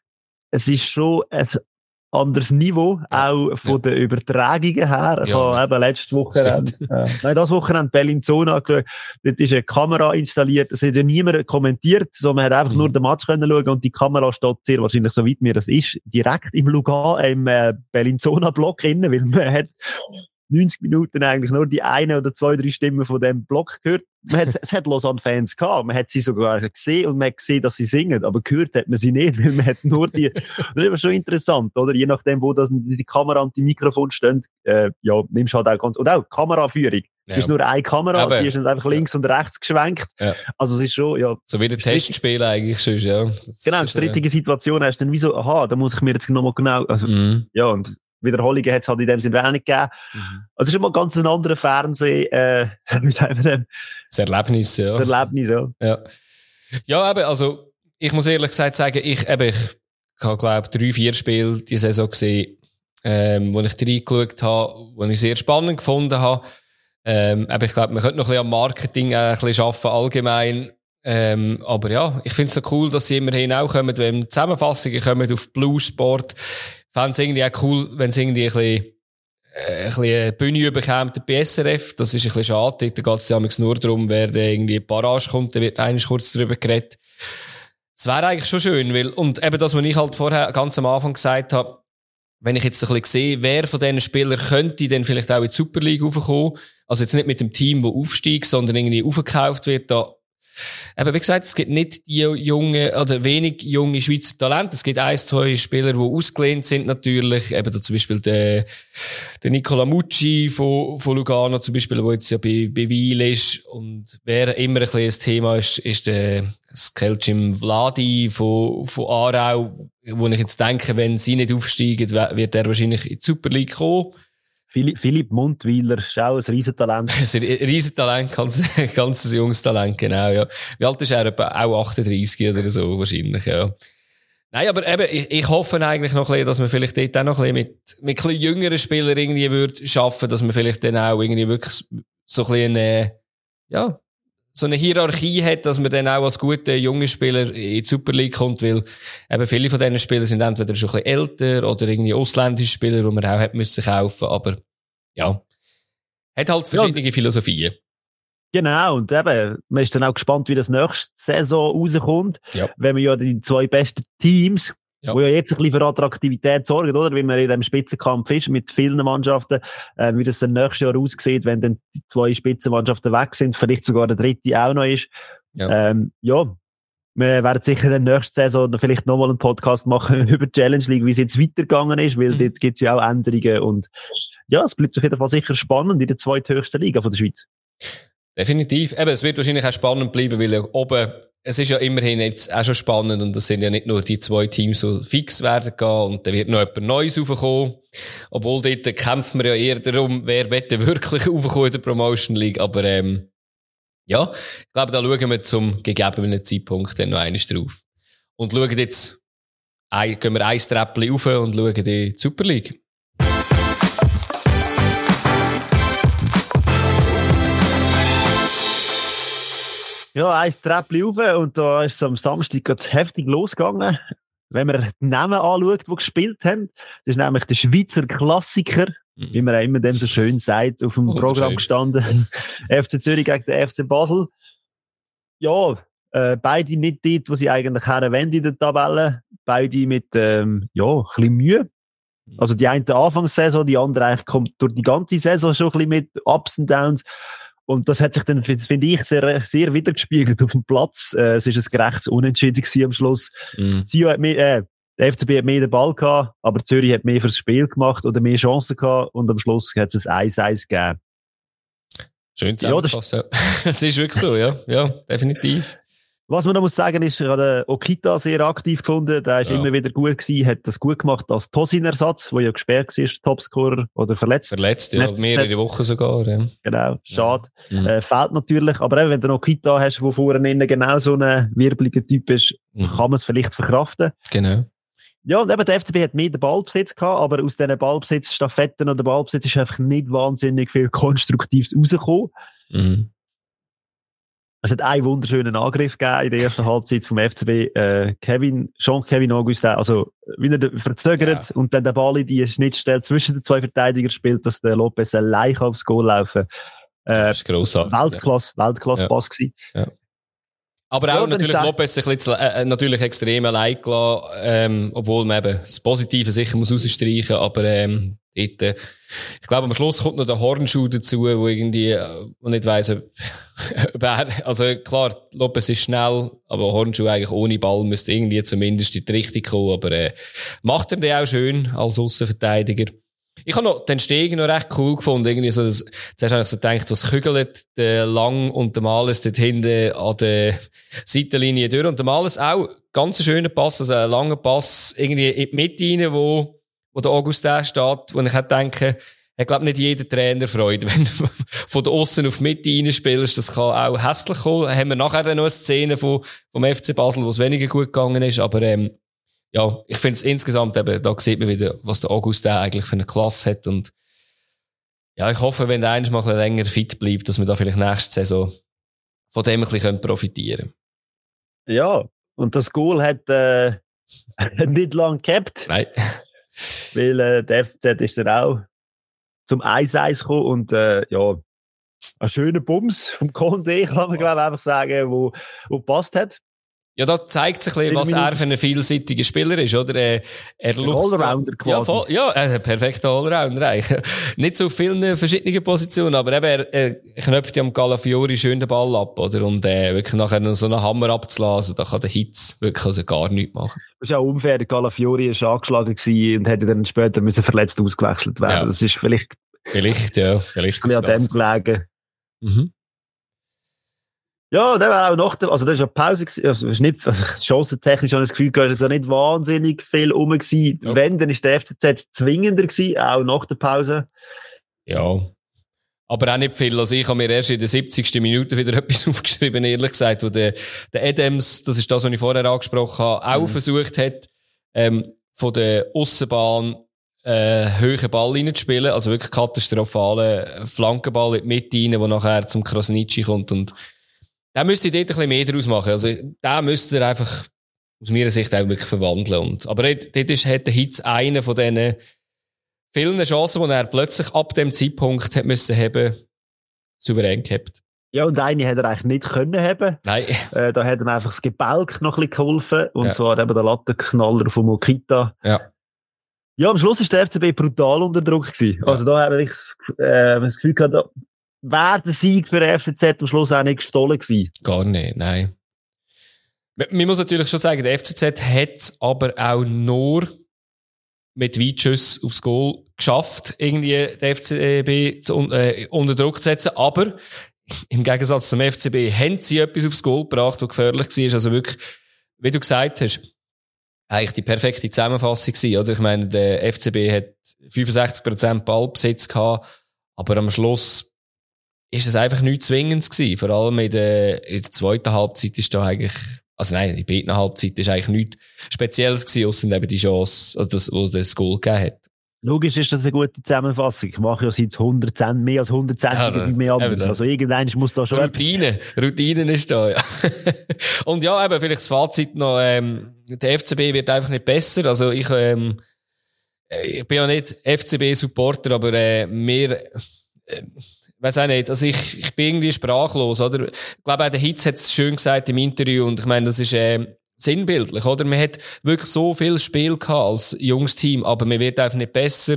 es ist schon ein anderes Niveau, auch von den Übertragungen her. Ich habe eben letzte Woche, das Wochenende Bellinzona geschaut. Dort ist eine Kamera installiert. Es hat ja niemand kommentiert, sondern man hat einfach nur den Match können schauen und die Kamera steht sehr wahrscheinlich, so weit mir das ist, direkt im Bellinzona-Block drin, weil man hat 90 Minuten eigentlich nur die eine oder 2, 3 Stimmen von dem Block gehört. Es hat Lausanne-Fans gehabt. Man hat sie sogar gesehen und man hat gesehen, dass sie singen. Aber gehört hat man sie nicht, weil man hat nur die, das ist schon interessant, oder? Je nachdem, wo das, die Kamera und die Mikrofon stehen, nimmst halt auch ganz, und auch Kameraführung. Es ist nur eine Kamera, aber die ist nicht einfach links und rechts geschwenkt. Ja. Also es ist schon, so wie ein Testspiel eigentlich schon, ja. Genau, in strittige Situation hast du dann wie so, da muss ich mir jetzt nochmal genau, und Wiederholungen hat es halt in dem Sinne auch nicht gegeben. Also es ist immer ganz ein anderer Fernseh, wie sagen wir denn? Das Erlebnis, ja. Das Erlebnis, ja. Ja, eben, also, ich muss ehrlich gesagt sagen, ich habe, glaube 3-4 Spiele die Saison gesehen, wo ich reingeschaut habe, wo ich sehr spannend gefunden habe. Ich glaube, man könnte noch ein bisschen am Marketing ein bisschen arbeiten, allgemein. Aber ja, ich finde es so cool, dass sie immerhin auch kommen, wenn Zusammenfassungen kommen auf Blue Sport. Ich fände es irgendwie auch cool, wenn es irgendwie ein bisschen Bühne bekommt bei SRF. Das ist ein bisschen schade. Da geht es ja nur darum, wer da irgendwie in Barrage kommt, da wird eigentlich kurz drüber geredet. Es wäre eigentlich schon schön, und eben das, was ich halt vorher ganz am Anfang gesagt habe, wenn ich jetzt ein bisschen sehe, wer von diesen Spielern könnte dann vielleicht auch in die Super League raufkommen. Also jetzt nicht mit dem Team, das aufsteigt, sondern irgendwie aufgekauft wird, aber wie gesagt, es gibt nicht die junge oder wenig junge Schweizer Talente. Es gibt 1-2 Spieler, die ausgelehnt sind natürlich. Eben da zum Beispiel der Nicola Mucci von Lugano zum Beispiel, der jetzt ja bei Weil ist. Und wer immer ein bisschen das Thema ist der Skelcim Vladi von Aarau, wo ich jetzt denke, wenn sie nicht aufsteigen, wird er wahrscheinlich in die Super League kommen. Philipp Mundwiler ist auch ein Riesentalent. Ein Riesentalent, ganz junges Talent, genau, ja. Wie alt ist er? Auch 38 oder so, wahrscheinlich, ja. Nein, aber eben, ich hoffe eigentlich noch ein bisschen, dass man vielleicht dort auch noch ein bisschen mit ein bisschen jüngeren Spielern irgendwie würde schaffen, dass man vielleicht dann auch irgendwie wirklich so ein bisschen so eine Hierarchie hat, dass man dann auch als guter junger Spieler in die Super League kommt, weil eben viele von diesen Spielern sind entweder schon ein bisschen älter oder irgendwie ausländische Spieler, die man auch hat müssen kaufen, aber ja, hat halt verschiedene Philosophien. Genau, und eben, man ist dann auch gespannt, wie das nächste Saison rauskommt, wenn man ja die 2 besten Teams, die ja jetzt ein bisschen für Attraktivität sorgen, oder? Weil man in diesem Spitzenkampf ist mit vielen Mannschaften, wie das dann nächstes Jahr aussieht, wenn dann die 2 Spitzenmannschaften weg sind, vielleicht sogar der dritte auch noch ist. Wir werden sicher in der nächsten Saison vielleicht nochmal einen Podcast machen über die Challenge League, wie es jetzt weitergegangen ist, weil dort gibt es ja auch Änderungen und ja, es bleibt auf jeden Fall sicher spannend in der zweithöchsten Liga von der Schweiz. Definitiv. Eben, es wird wahrscheinlich auch spannend bleiben, weil ja oben, es ist ja immerhin jetzt auch schon spannend und das sind ja nicht nur die 2 Teams, die fix werden gehen und dann wird noch jemand Neues raufkommen. Obwohl dort kämpfen wir ja eher darum, wer wird denn wirklich raufkommen in der Promotion League. Aber ja, ich glaube, da schauen wir zum gegebenen Zeitpunkt dann noch einmal drauf. Und schauen jetzt, gehen wir ein Treppchen rauf und schauen die Super League. Ja, ein Treppchen rauf und da ist es am Samstag gerade heftig losgegangen. Wenn man die Namen anschaut, die gespielt haben, das ist nämlich der Schweizer Klassiker, wie man immer dem so schön sagt, auf dem Programm gestanden. FC Zürich gegen den FC Basel. Ja, beide nicht dort, wo sie eigentlich herwollen in der Tabelle. Beide mit, ein bisschen Mühe. Also die eine Anfangssaison, die andere eigentlich kommt durch die ganze Saison schon ein bisschen mit Ups und Downs. Und das hat sich dann, finde ich, sehr, sehr wiedergespiegelt auf dem Platz. Es ist ein gerechtes Unentschieden gewesen am Schluss. Sio hat mehr, der FCB hat mehr den Ball gehabt, aber Zürich hat mehr fürs Spiel gemacht oder mehr Chancen gehabt und am Schluss hat es ein 1-1 gegeben. Schön zusammengefasst, ja. Es ist wirklich so, ja. Ja, definitiv. Was man noch muss sagen ist, ich habe Okita sehr aktiv gefunden. Der ist immer wieder gut gewesen, hat das gut gemacht als Tosin-Ersatz, der ja gesperrt war, Topscorer oder verletzt. Verletzt, ja, mehrere Wochen sogar. Ja. Genau, schade. Fehlt natürlich. Aber eben, wenn du noch Okita hast, der vorne genau so ein wirbeliger Typ ist, kann man es vielleicht verkraften. Genau. Ja, und eben der FCB hat mehr den Ballbesitz gehabt, aber aus diesen Ballbesitz-Staffetten oder Ballbesitz ist einfach nicht wahnsinnig viel Konstruktives rausgekommen. Es hat einen wunderschönen Angriff gegeben in der ersten Halbzeit vom FCB. Jean-Kevin Augustin, also wie er verzögert und dann der Ball in die Schnittstelle zwischen den 2 Verteidigern spielt, dass der Lopez allein aufs Goal laufen kann. Das ist grossartig. Weltklasse-Pass gewesen. Ja. Aber auch natürlich Lopez ein bisschen, natürlich extrem allein gelassen, obwohl man eben das Positive sicher muss rausstreichen, aber dort, ich glaube, am Schluss kommt noch der Hornschuh dazu, wo irgendwie, wo nicht weiss, also klar, Lopez ist schnell, aber Hornschuh eigentlich ohne Ball müsste irgendwie zumindest in die Richtung kommen, aber macht er den auch schön als Aussenverteidiger. Ich habe noch den Steg noch recht cool gefunden, irgendwie so, zuerst habe ich so gedacht, was kügelt der Lang und der Males dort hinten an der Seitenlinie durch und der Males auch ganz ein schöner Pass, also ein langer Pass irgendwie in die Mitte rein, wo der Augustin steht, wo ich halt denke, ich glaube nicht jeder Trainer Freude, wenn du von der Aussen auf die Mitte reinspielst, das kann auch hässlich kommen. Haben wir nachher dann noch eine Szene vom FC Basel, wo es weniger gut gegangen ist, aber ja, ich finde es insgesamt eben, da sieht man wieder, was der Augustin eigentlich für eine Klasse hat und ja, ich hoffe, wenn der einmal mal ein bisschen länger fit bleibt, dass wir da vielleicht nächste Saison von dem ein bisschen profitieren können. Ja, und das Goal hat nicht lang gehabt. Nein. Weil der FCZ ist dann auch zum 1-1 gekommen und ja, ein schöner Bums vom Condé, kann man glaube ich einfach sagen, wo gepasst hat. Ja, da zeigt sich ein bisschen, was er für ein vielseitiger Spieler ist, oder? Er Allrounder quasi. Ja, perfekter Allrounder eigentlich. Nicht so vielen verschiedenen Positionen, aber eben, er knöpft ja am Calafiori schön den Ball ab, oder? Und wirklich nachher noch so einen Hammer abzulassen, da kann der Hitz wirklich also gar nichts machen. Das ist ja unfair, der Calafiori ist angeschlagen gewesen und hätte dann später müssen verletzt ausgewechselt werden. Ja. Das ist vielleicht ist an dem gelegen. Ja, der war auch noch, also das ist eine Pause gewesen, also ist nicht, chancentechnisch habe ich das Gefühl gehabt, es ist ja nicht wahnsinnig viel rum gewesen. Ja. Wenn, dann ist der FCZ zwingender gewesen, auch nach der Pause. Ja. Aber auch nicht viel. Also ich habe mir erst in der 70. Minute wieder etwas aufgeschrieben, ehrlich gesagt, wo der Adams, das ist das, was ich vorher angesprochen habe, auch versucht hat, von der Aussenbahn hohen Ball reinzuspielen, also wirklich katastrophalen Flankenball in die Mitte rein, der nachher zum Krasnitschi kommt und der müsste dort ein bisschen mehr daraus machen. Also, der müsste er einfach, aus meiner Sicht, auch wirklich verwandeln. Aber dort hat der Hitz eine von diesen vielen Chancen, die er plötzlich ab dem Zeitpunkt hat müssen haben, souverän gehabt. Ja, und eine hat er eigentlich nicht können haben. Nein. Da hat ihm einfach das Gebälk noch ein bisschen geholfen. Und zwar eben der Lattenknaller von Mokita. Ja. Ja, am Schluss war der FCB brutal unter Druck gewesen. Ja. Also da habe ich das Gefühl gehabt, wäre der Sieg für den FCZ am Schluss auch nicht gestohlen gewesen. Gar nicht, nein. Man muss natürlich schon sagen, der FCZ hat aber auch nur mit Weitschuss aufs Goal geschafft, irgendwie den FCB unter Druck zu setzen. Aber im Gegensatz zum FCB haben sie etwas aufs Goal gebracht, das gefährlich war. Also wirklich, wie du gesagt hast, eigentlich die perfekte Zusammenfassung gewesen, oder? Ich meine, der FCB hat 65% Ballbesitz gehabt, aber am Schluss ist es einfach nichts Zwingendes gewesen. Vor allem in der zweiten Halbzeit ist da eigentlich, also nein, in beiden Halbzeit ist eigentlich nichts Spezielles gewesen, ausser eben die Chance, wo das Goal gegeben hat. Logisch ist das eine gute Zusammenfassung. Ich mache ja seit 110, mehr als 110 mehr anders. Also irgendwann muss da schon Routine ist da, ja. Und ja, eben, vielleicht das Fazit noch, der FCB wird einfach nicht besser. Also ich bin ja nicht FCB-Supporter, aber weiss auch nicht, also ich bin irgendwie sprachlos, oder? Ich glaube auch der Hitz hat es schön gesagt im Interview und ich meine, das ist sinnbildlich, oder? Man hat wirklich so viel Spiel gehabt als junges Team, aber man wird einfach nicht besser.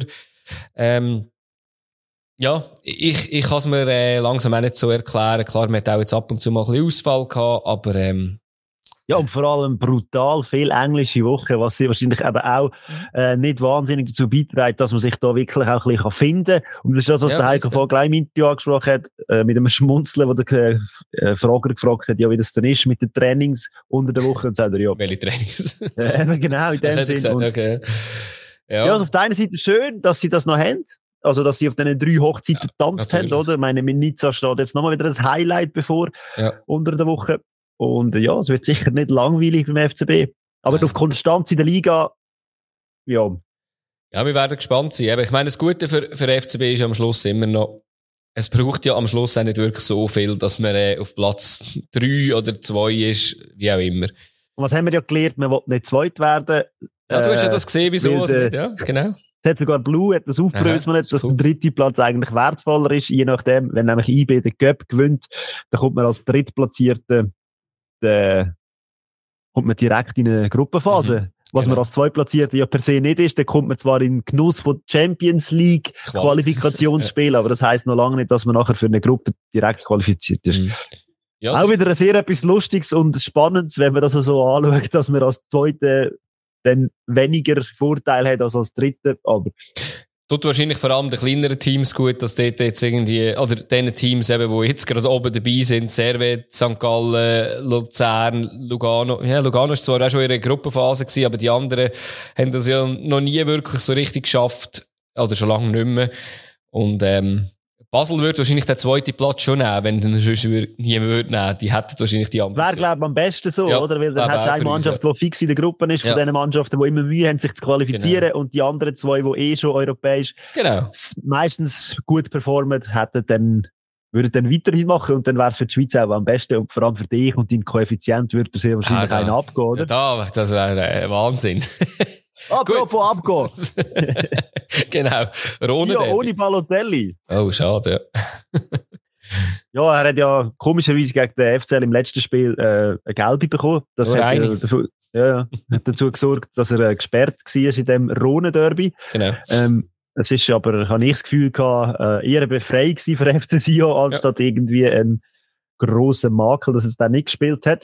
Ja, ich kann es mir langsam auch nicht so erklären. Klar, man hat auch jetzt ab und zu mal ein bisschen Ausfall gehabt, aber ja, und vor allem brutal viel englische Wochen, was sie wahrscheinlich eben auch nicht wahnsinnig dazu beiträgt, dass man sich da wirklich auch ein bisschen finden kann. Und das ist das, was der Heiko vorhin gleich im Interview angesprochen hat, mit einem Schmunzeln, wo der Frager gefragt hat, ja, wie das denn ist mit den Trainings unter der Woche. Und sagt er, ja. Welche Trainings? Genau, in dem Sinne. Okay. Ja, also auf der einen Seite schön, dass sie das noch haben. Also, dass sie auf diesen 3 Hochzeiten getanzt haben, oder? Ich meine, mit Nizza steht jetzt nochmal wieder ein Highlight bevor, unter der Woche. Und ja, es wird sicher nicht langweilig beim FCB. Aber auf Konstanz in der Liga, ja. Ja, wir werden gespannt sein. Aber ich meine, das Gute für FCB ist ja am Schluss immer noch, es braucht ja am Schluss auch nicht wirklich so viel, dass man auf Platz 3 oder 2 ist, wie auch immer. Und was haben wir ja gelernt? Man will nicht zweit werden. Ja, du hast ja das gesehen, wieso es nicht, ja, genau. Es hat sogar Blue, hat das aufgeröselt, dass der dritte Platz eigentlich wertvoller ist, je nachdem, wenn nämlich IB den Cup gewinnt, dann kommt man als Drittplatzierter kommt man direkt in eine Gruppenphase. Was man als Zweitplatzierter ja per se nicht ist, dann kommt man zwar in den Genuss von Champions League Qualifikationsspielen, aber das heisst noch lange nicht, dass man nachher für eine Gruppe direkt qualifiziert ist. Ja, auch wieder sehr etwas Lustiges und Spannendes, wenn man das so anschaut, dass man als Zweiter dann weniger Vorteil hat als Dritter, aber tut wahrscheinlich vor allem den kleineren Teams gut, dass dort jetzt irgendwie, oder den Teams eben, die jetzt gerade oben dabei sind, Servet, St. Gallen, Luzern, Lugano. Ja, Lugano ist zwar auch schon in ihrer Gruppenphase gewesen, aber die anderen haben das ja noch nie wirklich so richtig geschafft, oder schon lange nicht mehr. Und, Basel würde wahrscheinlich den zweiten Platz schon nehmen, wenn dann sonst niemand würde nehmen. Die hätten wahrscheinlich die Ambition. Wäre, glaube ich, am besten so, ja, oder? Weil dann hast du eine Mannschaft, die fix in der Gruppe ist, von den Mannschaften, die immer Mühe haben, sich zu qualifizieren, und die anderen 2, die schon europäisch meistens gut performen, würden dann weiterhin machen, und dann wäre es für die Schweiz auch am besten, und vor allem für dich und deinen Koeffizient würde er sehr wahrscheinlich einen abgehen, oder? Ja, das wäre Wahnsinn. Apropos abgehen. Genau. Ja, ohne Balotelli. Oh, schade, ja. Ja, er hat ja komischerweise gegen den FCL im letzten Spiel eine Gelbe bekommen. Das hat dazu gesorgt, dass er gesperrt war in dem Rhone-Derby. Genau. Es ist aber, habe ich das Gefühl gehabt, eher eine Befreiung für FC Sion, anstatt irgendwie ein grosser Makel, dass er es dann nicht gespielt hat.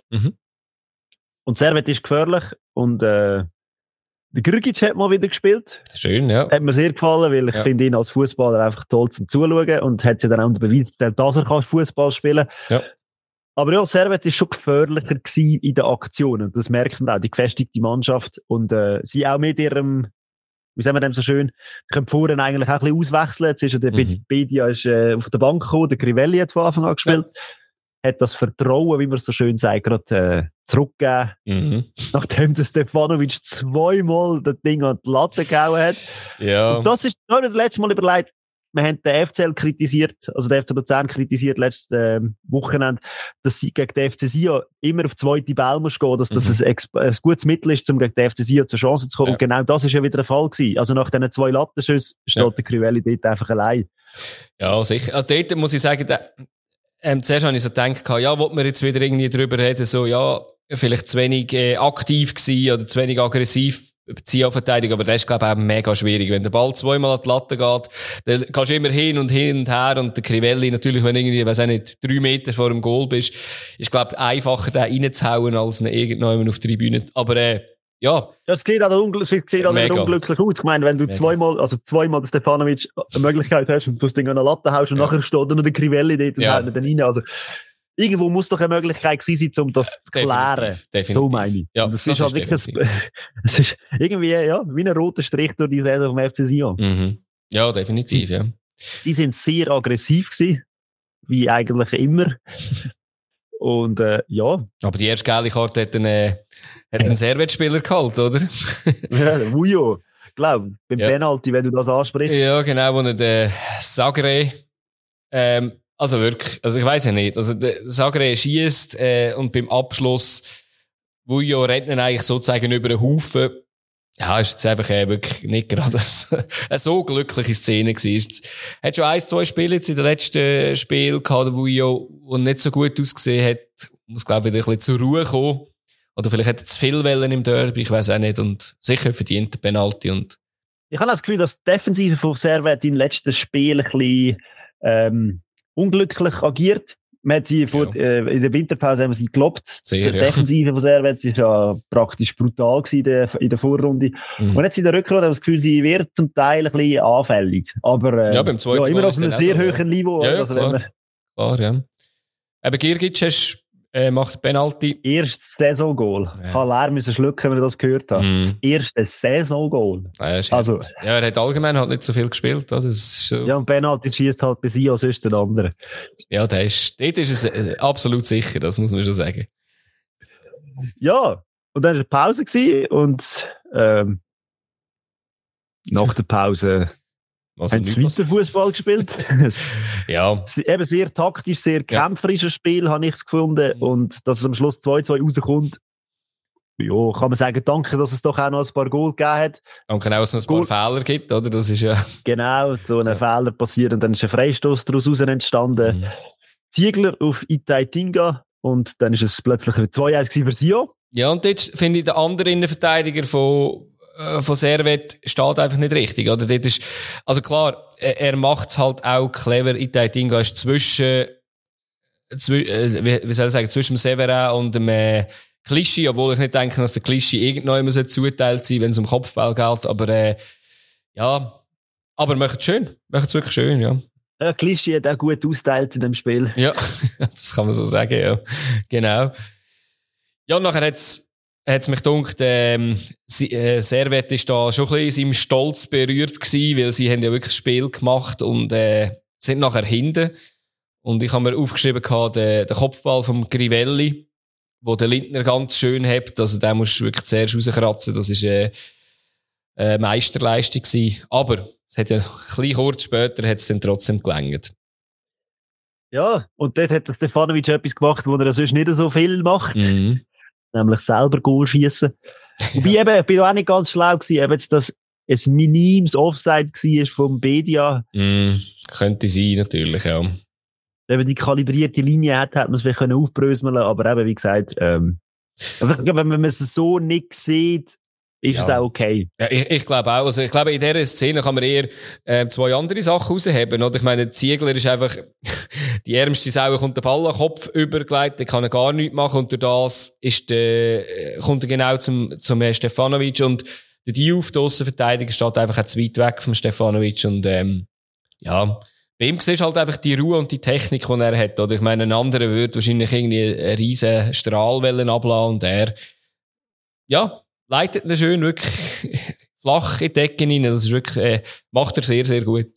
Und Servet ist gefährlich, und der Grgic hat mal wieder gespielt. Schön, ja. Hat mir sehr gefallen, weil ich finde ihn als Fußballer einfach toll zum Zuschauen, und hat sich dann auch den Beweis gestellt, dass er Fußball spielen kann. Ja. Aber ja, Servet ist schon gefährlicher gewesen in den Aktionen. Das merkt man auch, die gefestigte Mannschaft, und sie auch mit ihrem, wie sagen wir dem so schön, die können vorhin eigentlich auch ein bisschen auswechseln. Jetzt ist ja der Bedia auf der Bank gekommen, der Crivelli hat von Anfang an gespielt. Hat das Vertrauen, wie man es so schön sagt, gerade zurückgegeben. Nachdem der Stefanovic 2-mal das Ding an die Latte gehauen hat. Ja. Und das ist, da habe ich das letzte Mal überlegt, wir haben den FCL kritisiert, also den FC Luzern kritisiert letztes Wochenende, dass sie gegen den FC Sion immer auf zweite Ball muss gehen, dass das ein gutes Mittel ist, um gegen den FC Sion zur Chance zu kommen. Ja. Und genau das ist ja wieder der Fall gewesen. Also nach diesen 2 Lattenschüssen steht der Crivelli dort einfach allein. Ja, sicher. Also dort muss ich sagen, zuerst habe ich so gedacht, ja, wollte man jetzt wieder irgendwie drüber reden, so, ja, vielleicht zu wenig aktiv gewesen oder zu wenig aggressiv Zielverteidigung, aber das ist, glaube ich, auch mega schwierig. Wenn der Ball zweimal an die Latte geht, dann kannst du immer hin und her und der Crivelli natürlich, wenn irgendwie, weiss auch nicht, 3 Meter vor dem Goal bist, ist, glaube ich, einfacher, den reinzuhauen, als ihn irgendjemand auf die Tribüne. Aber, ja. Das sieht auch unglücklich aus. Ich meine, wenn du zweimal Stefanovic eine Möglichkeit hast und du das Ding an der Latte haust und nachher steht nur der Crivelli dort und haut ihn dann rein. Also, irgendwo muss doch eine Möglichkeit sein, um das zu klären. Definitiv. So meine ich. Ja, das ist halt wirklich, es ist irgendwie, ja, wie ein roter Strich durch die Saison vom FC Sion. Mhm. Ja, definitiv, ja. Sie sind sehr aggressiv gewesen, wie eigentlich immer. Und, ja. Aber die erste gelbe Karte hat einen Servet-Spieler geholt, oder? Ja, Vujo. Ich glaube, beim Penalty, wenn du das ansprichst. Ja, genau, wo er den Sagre, also wirklich, also ich weiss ja nicht, also der Sagre schiesst und beim Abschluss Vujo rennt ihn eigentlich sozusagen über einen Haufen. Ja, ist jetzt einfach wirklich nicht gerade eine so glückliche Szene gewesen. Hat schon 1-2 Spiele jetzt in den letzten Spielen gehabt, der Vujo, der nicht so gut ausgesehen hat, muss glaube ich wieder ein bisschen zur Ruhe kommen. Oder vielleicht hat er zu viel Wellen im Derby, ich weiss auch nicht, und sicher verdient der Penalty und. Ich habe das Gefühl, dass die Defensive von Servet im letzten Spiel ein bisschen, unglücklich agiert. Man hat sie in der Winterpause haben wir sie gelobt. Sehr, die Defensive von Servet ist ja praktisch brutal gewesen in der Vorrunde. Und jetzt in der Rückrunde habe ich das Gefühl, sie wird zum Teil ein bisschen anfällig. Aber beim zweiten immer auf einem sehr hohen Niveau. Ja, also klar, ja. Eben Girgic macht Penalty. Erstes Saisongoal. Ich habe leer müssen schlucken, wenn ich das gehört habe. Das erste Saisongoal. Also, ja, er hat allgemein halt nicht so viel gespielt. Oder? Das ist so. Ja, und Penalty schießt halt bei sie als sonst den anderen. Ja, dort ist es absolut sicher, das muss man schon sagen. Ja, und dann war eine Pause gewesen und nach der Pause haben sie weiter Fußball gespielt. Ja. Eben sehr taktisch, sehr kämpferisches Spiel, habe ich es gefunden. Und dass es am Schluss 2-2 rauskommt, ja, kann man sagen, danke, dass es doch auch noch ein paar Goal gegeben hat. Danke auch, dass es noch ein paar Fehler gibt, oder? Das ist ja. Genau, so ein Fehler passiert und dann ist ein Freistoß daraus entstanden. Ziegler auf Itai Tinga und dann ist es plötzlich 2-1 für Sion. Ja, und jetzt finde ich, der andere Innenverteidiger von Servet steht einfach nicht richtig, oder? Dort ist, also klar, er macht's halt auch clever. Itai Tinga ist zwischen dem Severin und dem Clichy, obwohl ich nicht denke, dass der Clichy irgendjemand zuteilt sein, wenn es um Kopfball geht, aber aber macht es wirklich schön, ja. Ja, Clichy hat auch gut austeilt in dem Spiel. Ja, das kann man so sagen, ja. Genau. Ja, und nachher hat's mich gedacht, Servet ist da schon ein bisschen in seinem Stolz berührt gewesen, weil sie haben ja wirklich Spiel gemacht und sind nachher hinten. Und ich habe mir aufgeschrieben gehabt, den Kopfball vom Crivelli, wo der Lindner ganz schön hebt. Also den musst du wirklich zuerst rauskratzen. Das ist eine Meisterleistung gewesen. Aber es hat ja ein bisschen kurz später hat's dann trotzdem gelangt. Ja, und dort hat der Stefanovic etwas gemacht, wo er sonst nicht so viel macht. Nämlich selber Goal schiessen. Wobei eben, ich bin auch nicht ganz schlau gewesen, ob jetzt das ein minimes Offside war vom Bedia. Könnte sein, natürlich, ja. Wenn man die kalibrierte Linie hat, hätte man es vielleicht aufbröseln können, aber eben, wie gesagt, wenn man es so nicht sieht, ist es auch okay. Ja, ich glaube auch. Also ich glaube, in dieser Szene kann man eher zwei andere Sachen rausheben. Oder? Ich meine, Ziegler ist einfach die ärmste Sau, kommt der Ball an den Kopf übergelegt, der kann er gar nichts machen und durch das kommt er genau zum Stefanovic und der Diouf, der Aussenverteidiger, steht einfach auch zu weit weg vom Stefanovic und ja, bei ihm siehst du halt einfach die Ruhe und die Technik, die er hat. Oder ich meine, ein anderer würde wahrscheinlich irgendwie einen riesen Strahlwellen ablassen und er leitet ihn schön wirklich flach in die Decke rein. Das ist wirklich, macht er sehr, sehr gut.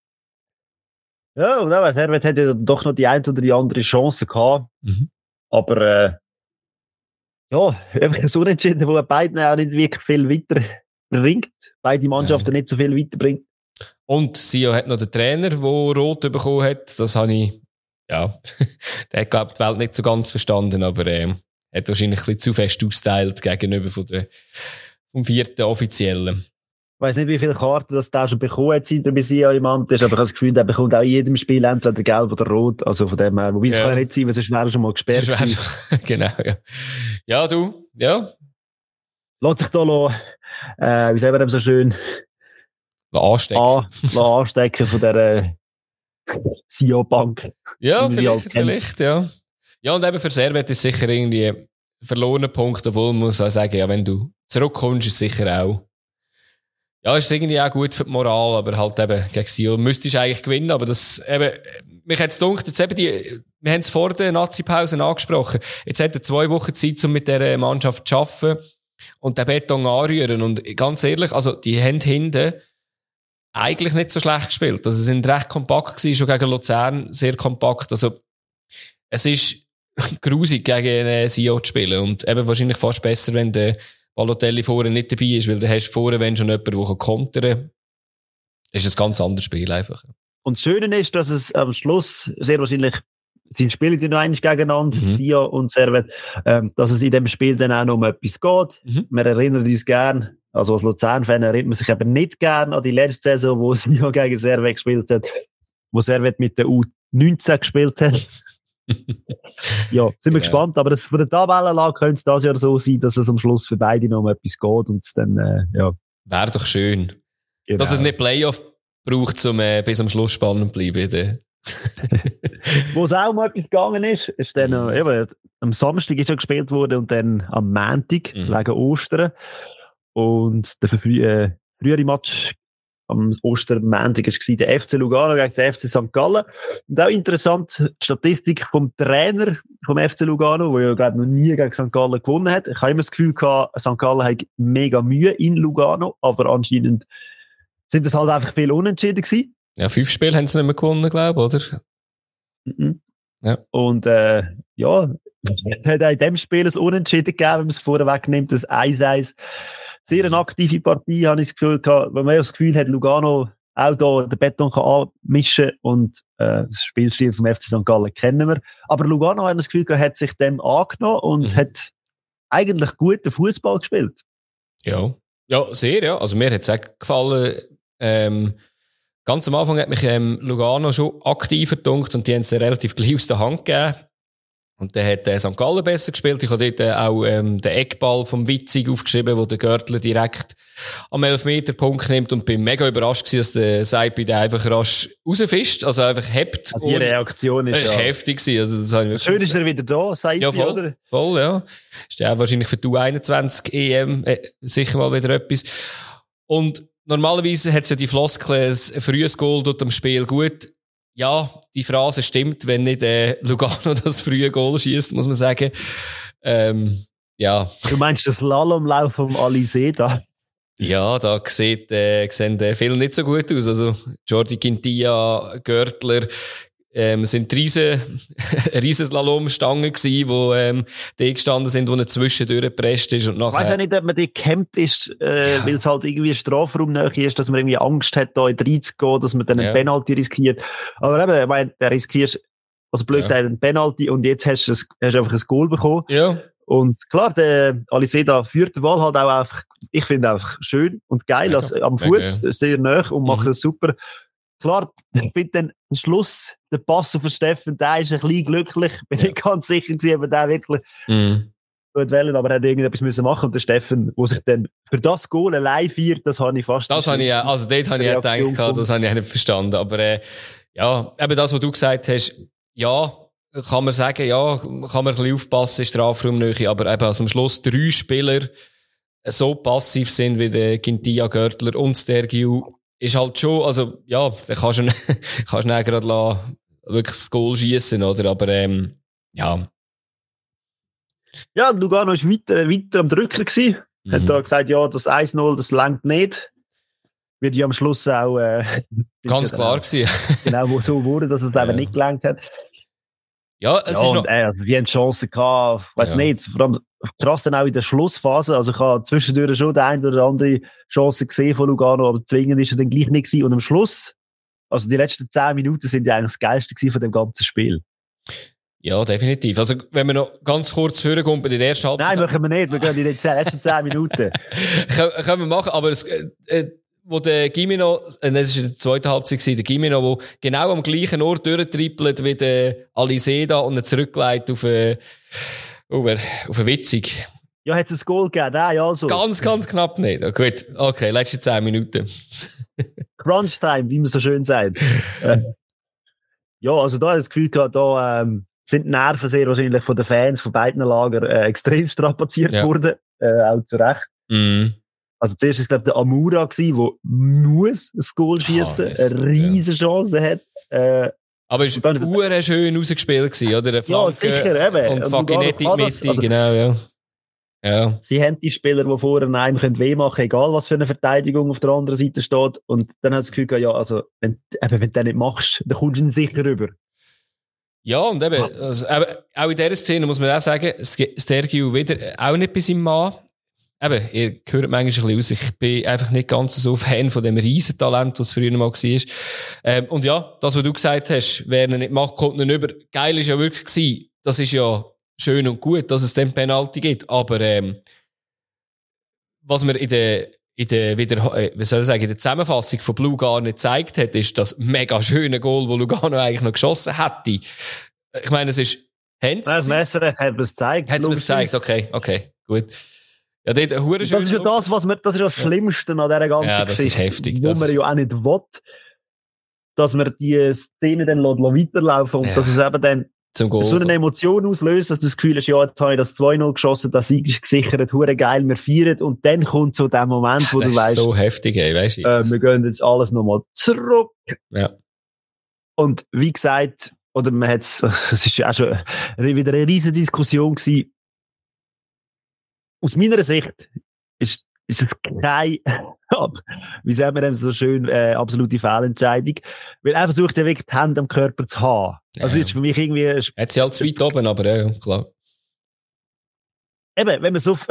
Ja, und auch Servet hat ja doch noch die eine oder die andere Chance gehabt. Aber, ja, einfach so entschieden, wo beiden auch nicht wirklich viel weiterbringt. Beide Mannschaften nicht so viel weiterbringt. Und Sio hat noch den Trainer, der rot bekommen hat. Das habe ich, der hat, glaube ich, die Welt nicht so ganz verstanden, aber, hat wahrscheinlich ein bisschen zu fest austeilt gegenüber vom vierten Offiziellen. Ich weiss nicht, wie viele Karten das der schon bekommen hat, seit er bei Sia im Amt ist, aber ich habe das Gefühl, der bekommt auch in jedem Spiel entweder gelb oder rot, also von dem her, wobei es kann ja nicht sein, weil sonst wäre er schon mal gesperrt. Genau, ja. Ja, du, ja. Lass sich da wie sagen wir dem so schön? Anstecken von dieser SIO-Bank. Ja, vielleicht, ja. Ja, und eben für Servet ist sicher irgendwie verlorener Punkt, obwohl man muss auch sagen, ja, wenn du zurückkommst, ist sicher auch, ja, ist irgendwie auch gut für die Moral, aber halt eben gegen SIO müsstest du eigentlich gewinnen, aber das eben, mich hat es gedacht, jetzt eben wir haben es vor der Nazi-Pause angesprochen, jetzt hat er 2 Wochen Zeit, um mit dieser Mannschaft zu arbeiten und den Beton anrühren und ganz ehrlich, also die haben hinten eigentlich nicht so schlecht gespielt. Also, sie sind recht kompakt gewesen, schon gegen Luzern sehr kompakt. Also, es ist grusig, gegen SIO zu spielen. Und eben wahrscheinlich fast besser, wenn der Balotelli vorne nicht dabei ist, weil du hast vorne, wenn schon jemand, der kontern kann, ist ein ganz anderes Spiel einfach. Und das Schöne ist, dass es am Schluss sehr wahrscheinlich sind Spiele die noch eigentlich gegeneinander, SIO und Servet, dass es in dem Spiel dann auch noch um etwas geht. Wir erinnern uns gern, also als Luzern-Fan erinnert man sich eben nicht gern an die letzte Saison, wo SIO gegen Servet gespielt hat, wo Servet mit der U19 gespielt hat. Ja, sind wir gespannt, aber von der Tabellenlage könnte es das Jahr so sein, dass es am Schluss für beide noch um etwas geht und es dann, ja. Wäre doch schön. Genau. Dass es nicht Playoff braucht, um bis am Schluss spannend zu bleiben. Wo es auch mal etwas gegangen ist dann eben, am Samstag ist ja gespielt worden und dann am Montag, wegen Ostern. Und der frühere Match am Ostermontag war der FC Lugano gegen den FC St. Gallen. Und auch interessant, die Statistik vom Trainer vom FC Lugano, der ja, glaube ich, noch nie gegen St. Gallen gewonnen hat. Ich habe immer das Gefühl gehabt, St. Gallen hat mega Mühe in Lugano, aber anscheinend sind das halt einfach viel Unentschieden gewesen. Ja, 5 Spiele haben sie nicht mehr gewonnen, glaube ich, oder? Ja. Und ja, es hat auch in dem Spiel ein Unentschieden gegeben, wenn man es vorher wegnimmt, das 1-1. Sehr eine aktive Partie, habe ich das Gefühl gehabt, weil man ja das Gefühl hat, Lugano auch da den Beton kann anmischen und das Spielstil vom FC St. Gallen kennen wir. Aber Lugano hat das Gefühl gehabt, hat sich dem angenommen und hat eigentlich guten Fußball gespielt. Ja, sehr, ja. Also mir hat es auch gefallen. Ganz am Anfang hat mich Lugano schon aktiver gedunkt und die haben es relativ gleich aus der Hand gegeben. Und dann hat St. Gallen besser gespielt. Ich habe dort auch den Eckball vom Witzig aufgeschrieben, wo der Görtler direkt am 11-Meter-Punkt nimmt und bin mega überrascht gewesen, dass der Seipi den einfach rasch rausfischt, also einfach hebt. Also die Reaktion ist ja heftig gewesen. Also das habe ich schön ist er wieder da, Seipi, ja, voll, oder? Voll, ja. Ist ja auch wahrscheinlich für die U21 EM sicher mal wieder etwas. Und normalerweise hat es ja die Floskel, ein frühes Goal tut am Spiel gut. Ja, die Phrase stimmt, wenn nicht Lugano das frühe Goal schießt, muss man sagen. Ja. Du meinst das Slalomlauf vom Alizé da? Ja, da sehen viele nicht so gut aus. Also Jordi Quintilla, Görtler, sind riesen Slalomstangen gewesen, wo die gestanden sind, wo er zwischendurch gepresst ist und nachher. Ich weiss auch nicht, ob man die gehemmt ist, weil es halt irgendwie Strafraumnähe ist, dass man irgendwie Angst hat, da in 30 zu gehen, dass man dann einen Penalty riskiert. Aber eben, ich meine, der riskierst, also blöd gesagt, einen Penalty und jetzt hast du einfach ein Goal bekommen. Ja. Und klar, der Aliseda führt den Ball halt auch einfach, ich finde einfach schön und geil, also am Fuß sehr nah und macht das super. Klar, ich finde dann am Schluss der Pass auf Steffen, der ist ein bisschen glücklich. Bin nicht ganz sicher gewesen, ob der wirklich gut wählen, aber er hat irgendetwas müssen machen. Und der Steffen, der sich dann für das Goal allein feiert, das habe ich fast... Das habe ich ja, also dort habe ich ja gedacht, das habe ich nicht verstanden. Aber ja, eben das, was du gesagt hast, ja, kann man sagen, ja, kann man ein bisschen aufpassen, Strafraumnähe, aber eben also am Schluss 3 Spieler so passiv sind wie der Quintilla, Görtler und Stergiu, ist halt schon, also, ja, da kannst du nicht gerade wirklich das Goal schiessen, oder? Aber, ja. Ja, Lugano war weiter am Drücker gewesen. Hat da gesagt, ja, das 1-0, das reicht nicht. Wird ja am Schluss auch, ganz klar gewesen. Genau, wo so wurde, dass es eben nicht gelangt hat. Ja, es ist noch... also sie haben Chancen gehabt, weiss nicht, vor allem krass dann auch in der Schlussphase, also ich habe zwischendurch schon die eine oder andere Chance gesehen von Lugano, aber zwingend ist er dann gleich nicht gewesen. Und am Schluss, also die letzten 10 Minuten sind ja eigentlich das Geilste gewesen von dem ganzen Spiel. Ja, definitiv. Also wenn wir noch ganz kurz vorkommen bei der ersten Halbzeit... Nein, machen wir nicht, wir gehen in den letzten 10 Minuten. Können wir machen, aber wo der Gimeno, das war in der zweiten Halbzeit, der Gimeno, wo genau am gleichen Ort durchtrippelt wie der Aliseda und er zurückleitet auf einen Witzig. Ja, hat es ein Goal gegeben? Nein, also. Ganz knapp nicht. Oh, gut, okay, letzte 10 Minuten. Crunch Time, wie man so schön sagt. Ja, also da habe ich das Gefühl gehabt, da sind die Nerven sehr wahrscheinlich von den Fans von beiden Lagern extrem strapaziert worden. Auch zu Recht. Also zuerst war es, glaube ich, der Amura, der muss ein Goal schießen, eine riesige Chance hat. Aber es war schön rausgespielt gewesen, oder? Ja, sicher, eben. Und Faginetti in die Mitte, also, genau, ja. Ja. Sie haben die Spieler, die vorher einem weh machen können, egal was für eine Verteidigung auf der anderen Seite steht. Und dann hat das Gefühl gehabt, ja, also, wenn du das nicht machst, dann kommst du ihn sicher rüber. Ja, und eben, also, auch in dieser Szene muss man auch sagen, Stergiou wieder auch nicht bei seinem Mann. Eben, ihr hört manchmal ein bisschen aus, ich bin einfach nicht ganz so Fan von dem Riesentalent, das früher mal war. Und ja, das, was du gesagt hast, wer ihn nicht macht, kommt nicht über. Geil ist ja wirklich gewesen, das ist ja schön und gut, dass es den Penalty gibt, aber was mir in der Zusammenfassung von Blue gar nicht gezeigt hat, ist das mega schöne Goal, das Lugano eigentlich noch geschossen hätte. Ich meine, es ist Das Messerrecht hat es gezeigt. Hat es gezeigt, okay, gut. Ja, das ist ja das, das ist das Schlimmste an dieser ganzen Geschichte. Das ist heftig. Wo man ja auch nicht will, dass man die Szene dann weiterlaufen und dass es eben dann so eine Emotion auslöst, dass du das Gefühl hast, ja, jetzt habe ich das 2-0 geschossen, das Sieg ist gesichert, hure geil, wir feiern. Und dann kommt so der Moment, wo du weißt, das ist so heftig, ey, weißt du. Wir gehen jetzt alles nochmal zurück. Ja. Und wie gesagt, oder man hat es ist ja auch schon wieder eine riesige Diskussion gewesen. Aus meiner Sicht ist es kein, wie sagen wir dem so schön, absolute Fehlentscheidung. Weil er versucht ja wirklich die Hände am Körper zu haben. Also ist für mich irgendwie... Hat sie halt zu weit oben, aber ja, klar. Eben, wenn man so...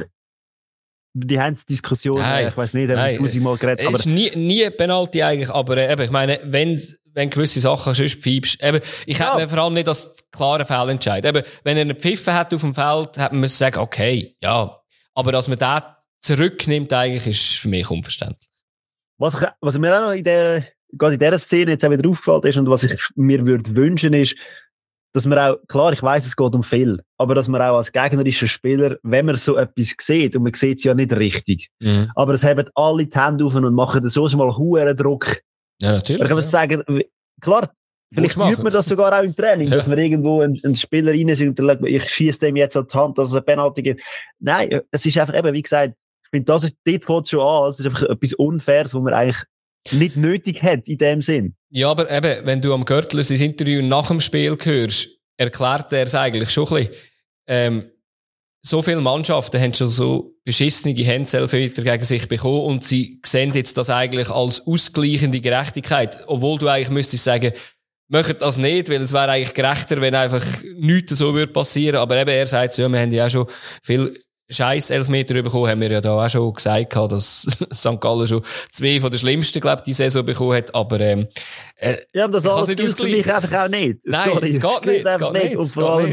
die Handsdiskussion, ich weiss nicht, haben wir 1000-mal geredet. Es ist nie Penalty eigentlich, aber eben, ich meine, wenn gewisse Sachen sonst pfeifst, eben, ich hätte vor allem nicht als klaren Fehlentscheid. Eben, wenn er einen Pfiffen hat auf dem Feld, hätte man sagen, okay, ja. Aber dass man den zurücknimmt, eigentlich, ist für mich unverständlich. Was mir auch noch gerade in dieser Szene jetzt auch wieder aufgefallen ist und was ich mir würde wünschen ist, dass man auch, klar, ich weiss, es geht um viel, aber dass man auch als gegnerischer Spieler, wenn man so etwas sieht, und man sieht es ja nicht richtig, aber es haben alle die Hände auf und machen so schon mal hohen Druck. Ja, natürlich. Da kann man sagen, klar, vielleicht übt man das sogar auch im Training, dass man irgendwo einen Spieler reinsieht und ich schieße dem jetzt an die Hand, dass es eine Penalty gibt. Nein, es ist einfach eben, wie gesagt, ich finde, dort fängt es schon an, es ist einfach etwas Unfaires, was man eigentlich nicht nötig hat in dem Sinn. Ja, aber eben, wenn du am Görtler sein Interview nach dem Spiel hörst, erklärt er es eigentlich schon ein bisschen. So viele Mannschaften haben schon so beschissene Händelfmeter gegen sich bekommen und sie sehen jetzt das eigentlich als ausgleichende Gerechtigkeit. Obwohl du eigentlich müsstest sagen, macht das nicht, weil es wäre eigentlich gerechter, wenn einfach nichts so würde passieren. Aber eben, er sagt so, ja, wir haben ja auch schon viel Scheiß Elfmeter bekommen, haben wir ja da auch schon gesagt, dass St. Gallen schon 2 von den schlimmsten, glaube ich, die Saison bekommen hat, aber ja, aber das alles gilt für mich einfach auch nicht. Nein, sorry, es geht nicht. Und vor allem,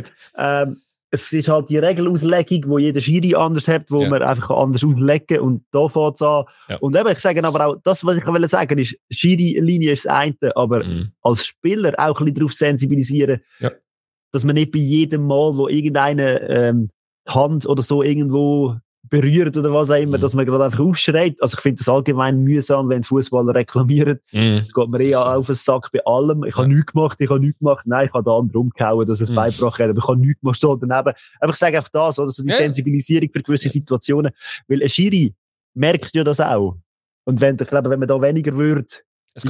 es ist halt die Regelauslegung, wo jeder Schiri anders hat, wo man einfach anders auslegen und da fängt es an. Ja. Und eben, ich sage aber auch, das, was ich sagen ist, Schiri-Linie ist das eine, aber als Spieler auch ein bisschen darauf sensibilisieren, dass man nicht bei jedem Mal, wo irgendeine Hand oder so irgendwo berührt oder was auch immer, dass man gerade einfach aufschreit. Also ich finde das allgemein mühsam, wenn Fußballer reklamieren. Es geht mir eher auf den Sack bei allem. Ich habe nichts gemacht. Nein, ich habe da anderen umgehauen, dass es beigebracht hat, aber ich habe nichts gemacht, steht daneben. Aber ich sage einfach das, oder so die Sensibilisierung für gewisse Situationen. Weil ein Schiri merkt ja das auch. Und wenn man da weniger würde, es geht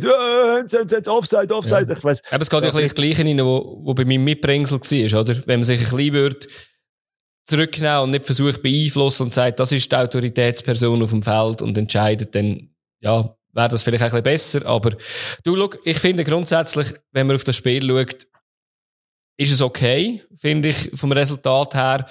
Offside. Ja. Ich weiss, aber es geht ja ein bisschen das Gleiche rein, wo bei meinem Mitbringsel war, oder? Wenn man sich ein bisschen würde zurücknehmen und nicht versucht beeinflussen und sagt, das ist die Autoritätsperson auf dem Feld und entscheidet, dann, ja, wäre das vielleicht ein bisschen besser. Aber du, schau, ich finde grundsätzlich, wenn man auf das Spiel schaut, ist es okay, finde ich, vom Resultat her.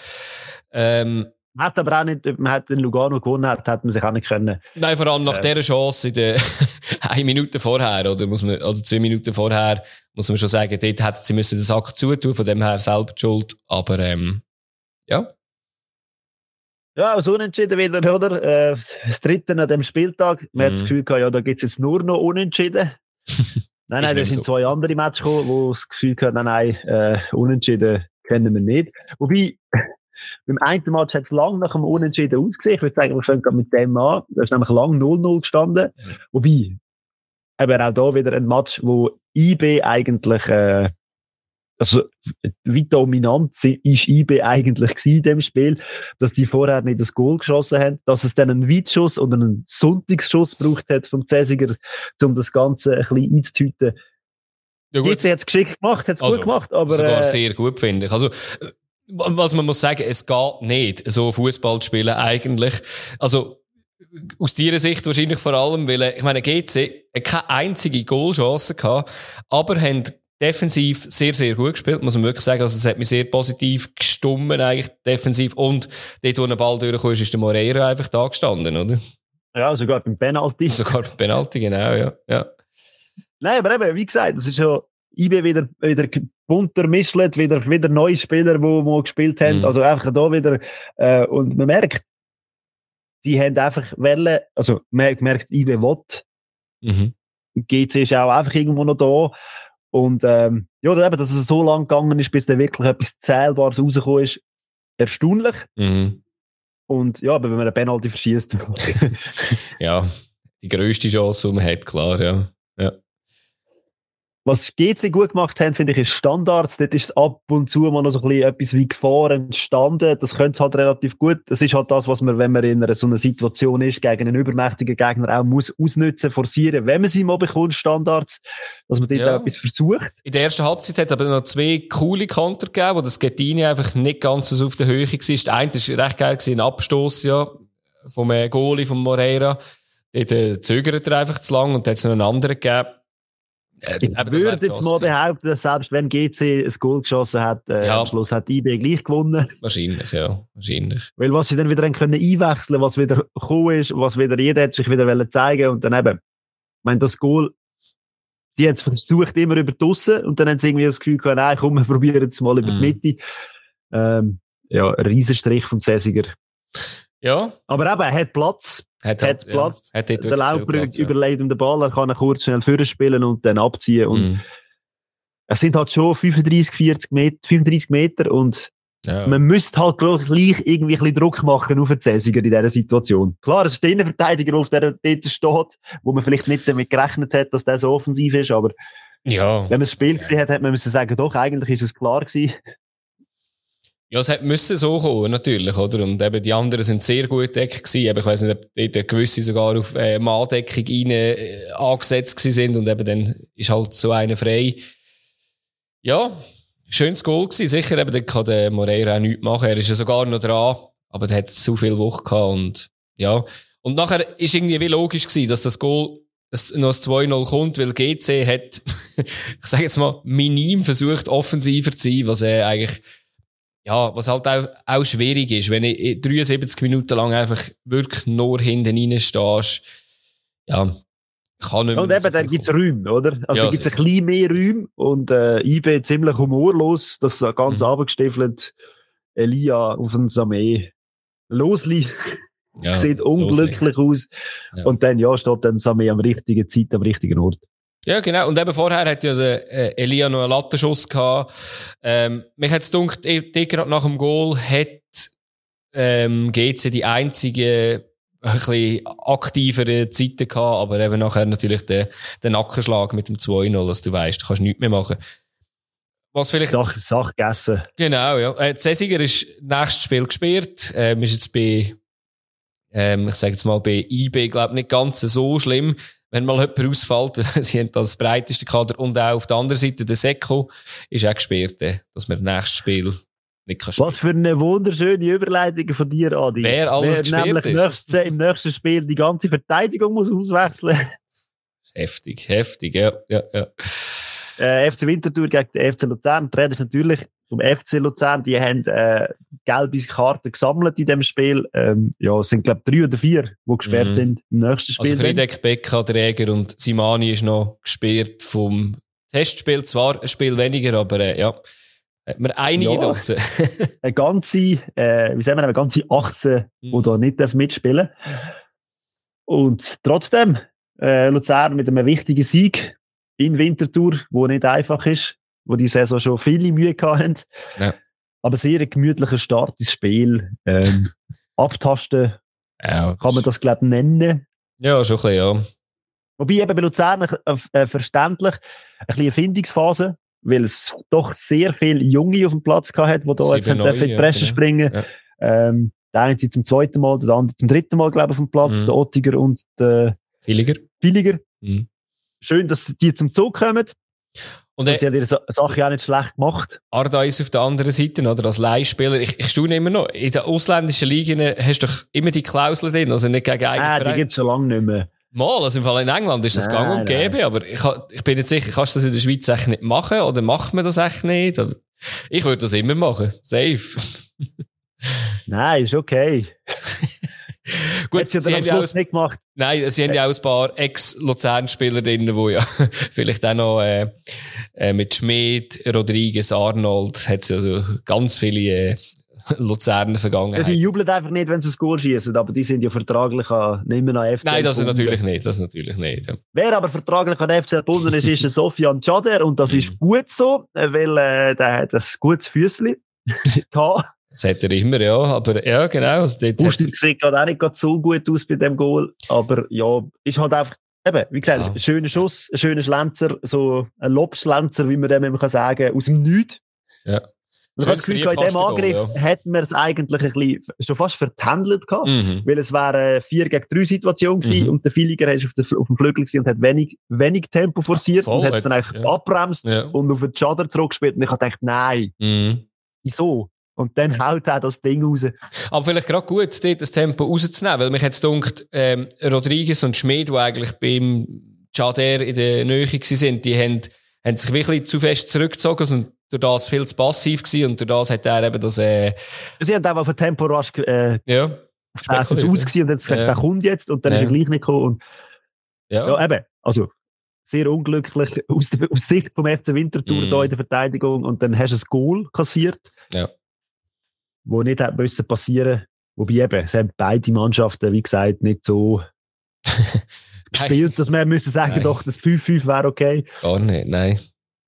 Man hat aber auch nicht, man hat den Lugano gewonnen, hat man sich auch nicht können. Nein, vor allem nach dieser Chance in der 1 Minute vorher, oder 2 Minuten vorher, muss man schon sagen, dort hätten sie müssen den Sack zutun, von dem her selber die Schuld. Aber, ja. Ja, aus Unentschieden wieder, oder? Das 3. an dem Spieltag. Man hat das Gefühl gehabt, ja, da gibt's jetzt nur noch Unentschieden. Nein, da sind 2 andere Matches gekommen, wo das Gefühl gehabt, nein, Unentschieden kennen wir nicht. Wobei, Beim einen Match hat es lang nach dem Unentschieden ausgesehen. Ich würde sagen, wir fangen gerade mit dem an. Da ist nämlich lang 0-0 gestanden. Wobei, eben auch da wieder ein Match, wo IB eigentlich, also, wie dominant ist IB eigentlich gewesen in dem Spiel, dass die vorher nicht das Goal geschossen haben, dass es dann einen Weitschuss oder einen Sonntagsschuss gebraucht hat vom Cäsiger, um das Ganze ein bisschen einzutüten. Ja, GC hat es geschickt gemacht, hat es gut gemacht, aber... Sogar sehr gut, finde ich. Also, was man muss sagen, es geht nicht, so Fußball zu spielen eigentlich. Also, aus deiner Sicht wahrscheinlich vor allem, weil, ich meine, GC hat keine einzige Goalchance gehabt, aber haben defensiv sehr, sehr gut gespielt, muss man wirklich sagen. Also, es hat mich sehr positiv gestummen, eigentlich, defensiv. Und dort, wo ein Ball durchgekommen ist der Moreira einfach da gestanden, oder? Ja, sogar beim Penalty. Sogar beim Penalty, genau, ja. Nein, aber eben, wie gesagt, das ist schon IB wieder bunter mischelt, wieder neue Spieler, die gespielt haben. Also einfach da wieder, und man merkt, die haben einfach Welle, also man merkt, IB will. GC ist auch einfach irgendwo noch da. Und ja, eben, dass es so lang gegangen ist, bis da wirklich etwas Zählbares rausgekommen ist, erstaunlich. Und ja, aber wenn man einen Penalty verschießt. Ja, die grösste Chance, die man hat, klar, ja. Was GC gut gemacht haben, finde ich, ist Standards. Dort ist ab und zu mal noch so ein bisschen etwas wie Gefahr entstanden. Das könnte halt relativ gut. Das ist halt das, was man, wenn man in so einer Situation ist, gegen einen übermächtigen Gegner auch muss ausnutzen, forcieren, wenn man sie mal bekommt, Standards, dass man dort auch etwas versucht. In der ersten Halbzeit hat es aber noch 2 coole Konter gegeben, wo das Schettini einfach nicht ganz so auf der Höhe war. Der eine war recht geil, ein Abstoß, ja, vom Goalie, von Moreira. Dort zögert er einfach zu lang und hat es noch einen anderen gegeben. Ich würde jetzt mal behaupten, dass selbst wenn GC ein Goal geschossen hat, am Schluss hat IB gleich gewonnen. Wahrscheinlich, ja. Weil was sie dann wieder können einwechseln, was wieder gekommen ist, was wieder jeder hat sich wieder zeigen und dann eben, ich meine, das Goal, sie hat es versucht immer über die Aussen und dann haben sie irgendwie das Gefühl gehabt, nein, komm, wir probieren es mal über die Mitte. Ja, ein Riesenstrich vom Cäsiger. Ja. Aber eben, er hat Platz. Hat Platz. Hat der Laufbrück überlegt um den Ball, er kann ihn kurz schnell vorspielen und dann abziehen. Und es sind halt schon 35 Meter und man müsste halt gleich irgendwie ein bisschen Druck machen auf den Cäsiger in dieser Situation. Klar, es ist der Innenverteidiger, der dort steht, wo man vielleicht nicht damit gerechnet hat, dass der so offensiv ist, aber wenn man das Spiel gesehen hat, hat man müssen sagen, doch, eigentlich ist es klar gewesen. Ja, es müssen so kommen, natürlich, oder? Und eben die anderen sind sehr gut deckt gewesen. Eben, ich weiss nicht, ob dort gewisse sogar auf Manndeckung rein angesetzt gewesen sind und eben dann ist halt so einer frei. Ja, schönes Goal gewesen. Sicher, eben, dann kann der Moreira auch nichts machen. Er ist ja sogar noch dran, aber der hat so viel Woche gehabt und ja. Und nachher ist irgendwie wie logisch gewesen, dass das Goal noch das 2-0 kommt, weil GC hat, ich sage jetzt mal, minim versucht, offensiver zu sein, was eigentlich was halt auch schwierig ist, wenn du 73 Minuten lang einfach wirklich nur hinten rein stehst. Ja, kann nicht mehr. Und eben, dann gibt's Räume, oder? Also, da gibt's ein bisschen mehr Räume und IB ziemlich humorlos, das ganz runtergestiefelt Elia auf den Samé losli. Sieht unglücklich aus. Ja. Und dann, steht dann Samé am richtigen Zeit, am richtigen Ort. Ja, genau. Und eben vorher hat ja der Elia noch einen Lattenschuss gehabt. Mich hat's gedacht, gerade nach dem Goal hat GC die einzige ein bisschen aktivere Zeiten gehabt, aber eben nachher natürlich der Nackenschlag mit dem 2-0, dass du weißt, du kannst nichts mehr machen. Was vielleicht... Sache gegessen. Genau, ja. Cäsiger ist nächstes Spiel gesperrt. Ist jetzt bei, ich sage jetzt mal, bei IB, glaube nicht ganz so schlimm, wenn mal jemand ausfällt. Sie haben das breiteste Kader und auch auf der anderen Seite der Seko ist auch gesperrt, dass man nächstes Spiel nicht kann spielen. Was für eine wunderschöne Überleitung von dir, Adi. Wer alles gesperrt ist. Im nächsten Spiel die ganze Verteidigung muss auswechseln. Heftig, ja. FC Winterthur gegen den FC Luzern. Die Rede ist natürlich vom FC Luzern. Die haben gelbe Karten gesammelt in diesem Spiel. Es sind, glaube ich, 3 oder 4, die gesperrt sind im nächsten Spiel. Also Friedeck, Becker, Dräger und Simani ist noch gesperrt vom Testspiel. Zwar ein Spiel weniger, aber hat man einige draussen. eine ganze Achse, die da nicht mitspielen dürfen. Und trotzdem, Luzern mit einem wichtigen Sieg in Winterthur, wo nicht einfach ist, wo die Saison schon viele Mühe gehabt haben. Ja. Aber sehr ein gemütlicher Start ins Spiel. Abtasten Ja, kann man das, glaube ich, nennen. Ja, schon ein bisschen, ja. Wobei eben bei Luzern verständlich ein bisschen Erfindungsphase, weil es doch sehr viele Junge auf dem Platz gehabt, die da jetzt in die Presse springen. Ja. Der eine zum zweiten Mal, der andere zum dritten Mal, glaube ich, auf dem Platz, der Ottiger und der Villiger. Mhm. Schön, dass die zum Zug kommen. Und sie haben ihre Sache auch nicht schlecht gemacht. Ardais auf der anderen Seite, oder? Als Leihspieler. Ich staune immer noch. In den ausländischen Ligen hast du doch immer die Klausel drin, also nicht gegen eigenen Verein. Die gibt es schon lange nicht mehr. Mal, also im Fall in England ist das gang und gäbe, aber ich bin nicht sicher, kannst du das in der Schweiz echt nicht machen, oder macht man das echt nicht? Ich würde das immer machen. Safe. Nein, ist okay. Gut, sie haben ja nicht gemacht. Nein, sie haben ja auch ein paar Ex-Luzern-Spieler drin, die ja vielleicht auch noch mit Schmid, Rodriguez, Arnold, hat es ja so ganz viele Luzerner Vergangenheit. Ja, die jubeln einfach nicht, wenn sie das Goal schießen, aber die sind ja vertraglich nicht mehr an FCL. Nein, das ist natürlich nicht. Ja. Wer aber vertraglich an FCL gebunden ist der Sofian Tschader, und das ist gut so, weil der hat ein gutes Füßli gehabt. Das hat er immer, ja, aber ja, genau. Also sieht sieht gerade auch nicht so gut aus bei dem Goal, aber ja, ist halt einfach, eben, wie gesagt, ein schöner Schuss, ein schöner Schlenzer, so ein Lobschlenzer, wie man dem immer sagen kann, aus dem Nichts. Ja. Und ich habe das Gefühl, in diesem Angriff hätten wir es eigentlich ein bisschen schon fast vertändelt gehabt, weil es wäre eine 4-gegen-3 Situation gewesen und der Villiger ist auf dem Flügel gewesen und hat wenig Tempo forciert und hat es dann eigentlich abbremst und auf den Tschader zurückgespielt, und ich habe gedacht, nein, wieso? Und dann haut auch das Ding raus. Aber vielleicht gerade gut, dort das Tempo rauszunehmen, weil mich jetzt gedacht, Rodriguez und Schmid, die eigentlich beim Tschader in der Nähe waren, die haben sich wirklich zu fest zurückgezogen und durch das viel zu passiv gewesen, und durch das hat er eben das, sie haben auch auf ein Tempo rasch, ausgesehen und jetzt gesagt, der kommt jetzt, und dann ist er gleich nicht gekommen. Und ja, eben, also, sehr unglücklich aus Sicht vom FC Winterthur da in der Verteidigung, und dann hast du ein Goal kassiert. Ja. Wo nicht hätte müssen passieren. Wobei eben, es haben beide Mannschaften, wie gesagt, nicht so gespielt, dass wir müssen sagen, doch, das 5-5 wäre okay. Gar nicht, nein.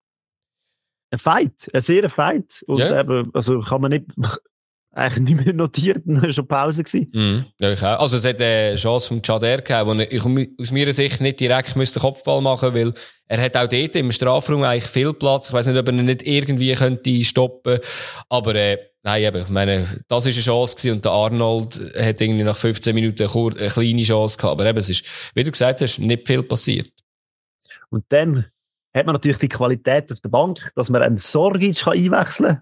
Ein sehr Fight. Und eben, also kann man eigentlich nicht mehr notiert, dann war schon Pause gewesen. Ja, ich auch. Also es hat eine Chance vom Tschader gehabt, wo ich aus meiner Sicht nicht direkt müsste Kopfball machen, weil er hat auch dort im Strafraum eigentlich viel Platz. Ich weiss nicht, ob er ihn nicht irgendwie könnte stoppen, aber nein, eben, ich meine, das war eine Chance gewesen, und der Arnold hat irgendwie nach 15 Minuten eine kleine Chance gehabt, aber eben, es ist, wie du gesagt hast, nicht viel passiert. Und dann hat man natürlich die Qualität auf der Bank, dass man einen Sorgic einwechseln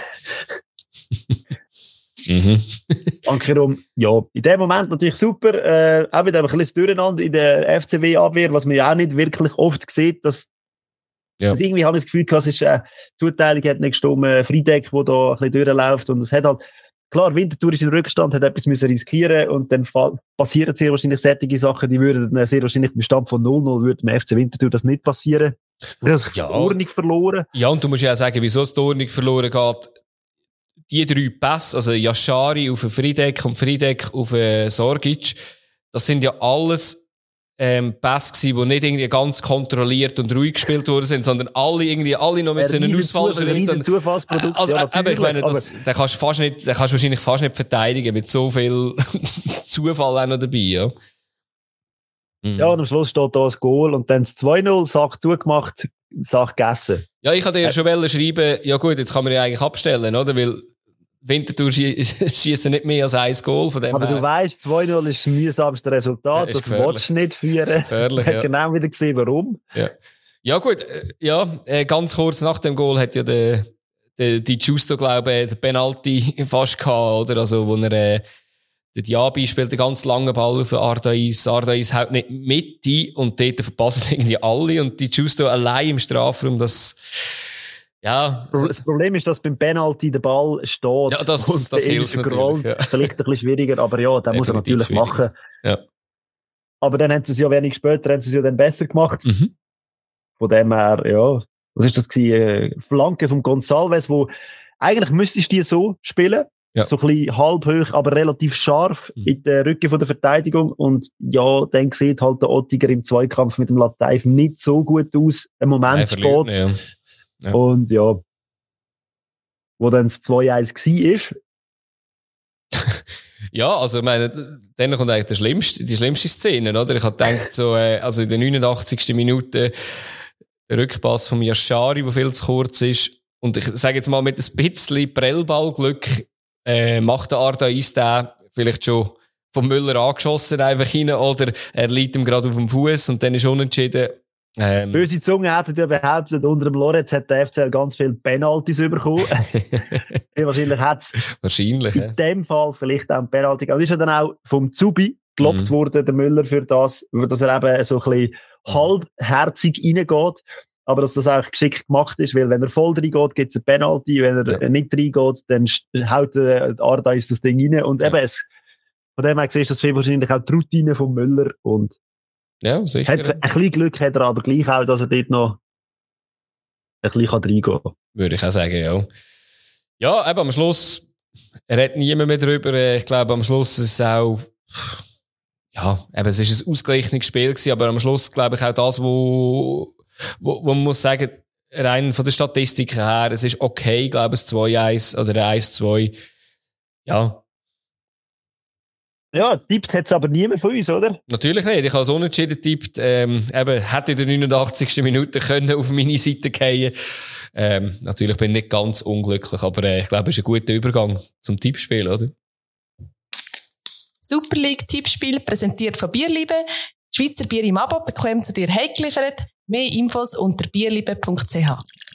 kann. Ankerum, ja, in dem Moment natürlich super, auch wieder ein bisschen Durcheinander in der FCW-Abwehr, was man ja auch nicht wirklich oft sieht, dass irgendwie habe ich das Gefühl, es ist Zuteilung hat nicht gestimmt, Friedeck, der da ein bisschen durchläuft, und es hat halt, klar, Winterthur ist in Rückstand, hat etwas müssen riskieren, und dann passieren sehr wahrscheinlich solche Sachen, die würden dann sehr wahrscheinlich beim Stand von 0-0 würde dem FC Winterthur das nicht passieren. Das ist die Ordnung verloren. Ja, und du musst ja auch sagen, wieso es die Ordnung verloren geht. Die 3 Pässe, also Yashari auf Friedeck und Friedeck auf Sorgic, das sind ja alles Pässe gewesen, die nicht irgendwie ganz kontrolliert und ruhig gespielt worden sind, sondern alle noch müssen einen Ausfall schreiben. Ein Zufallsprodukt. Also, ich meine, den kannst du wahrscheinlich fast nicht verteidigen, mit so viel Zufall auch noch dabei, ja. Ja, und am Schluss steht da ein Goal und dann das 2-0, Sack zugemacht, Sack gegessen. Ja, ich hatte dir schon schreiben, ja gut, jetzt kann man ja eigentlich abstellen, oder? Weil Winterthur schießen nicht mehr als ein Goal von dem. Aber du weißt, 2-0 ist das mühsamste Resultat, das willst du nicht führen. Gefährlich, ja. Genau wieder gesehen, warum. Ja gut, ganz kurz nach dem Goal hat ja die Giusto, glaube ich, den Penalty fast gehabt, oder? Also, wo er, der Diaby spielt einen ganz langen Ball auf Ardais haut nicht mit ein, und dort verpassen irgendwie alle, und die Giusto allein im Strafraum, das Problem ist, dass beim Penalty der Ball steht. Ja, das hilft natürlich. Ja. Vielleicht ein bisschen schwieriger, aber ja, das muss er natürlich machen. Ja. Aber dann haben sie es ja wenig später, dann besser gemacht. Von dem her, ja, was ist das gewesen? Flanke von Gonçalves, wo eigentlich müsstest du die so spielen. Ja. So ein bisschen halb hoch, aber relativ scharf in den Rücken von der Verteidigung. Und ja, dann sieht halt der Ottiger im Zweikampf mit dem Lateif nicht so gut aus. Ein Moment spät. Ja. Und ja. wo dann das 2-1 war. Ja, also ich meine, dann kommt eigentlich die schlimmste Szene, oder? Ich habe gedacht, so, also in der 89. Minute der Rückpass von Yashari, der viel zu kurz ist. Und ich sage jetzt mal, mit ein bisschen Prellballglück macht der Ardais den vielleicht schon vom Müller angeschossen einfach rein, oder er liegt ihm gerade auf dem Fuß und dann ist unentschieden. Böse Zunge hätten ja behauptet, unter dem Lorenz hat der FCL ganz viele Penalties bekommen. Wahrscheinlich hat es in dem Fall vielleicht auch ein Penalty. Also ist er dann auch vom Zubi gelobt worden, der Müller, für das, dass er eben so ein bisschen halbherzig reingeht. Aber dass das auch geschickt gemacht ist, weil wenn er voll reingeht, gibt es ein Penalty. Wenn er nicht reingeht, dann haut der Ardais das Ding rein. Und eben, von dem her siehst du, das viel wahrscheinlich auch die Routine von Müller. Und ja, sicher. Ein bisschen Glück hat er aber gleich auch, dass er dort noch ein bisschen reingehen kann. Würde ich auch sagen, ja. Ja, eben am Schluss, er redet niemand mehr drüber. Ich glaube, am Schluss ist es auch, ja, eben, es ist ein ausgeglichenes Spiel gewesen, aber am Schluss glaube ich auch das, wo man muss sagen, rein von der Statistik her, es ist okay, glaube ich, 2-1 oder 1-2. Ja. Ja, tippt hat es aber niemand von uns, oder? Natürlich nicht. Ich habe es unentschieden tippt. Eben, hätte in der 89. Minute können auf meine Seite fallen. Natürlich bin ich nicht ganz unglücklich, aber ich glaube, es ist ein guter Übergang zum Tippspiel, oder? Super League Tippspiel präsentiert von Bierliebe. Schweizer Bier im Abo bekommen zu dir heimgeliefert. Mehr Infos unter bierliebe.ch.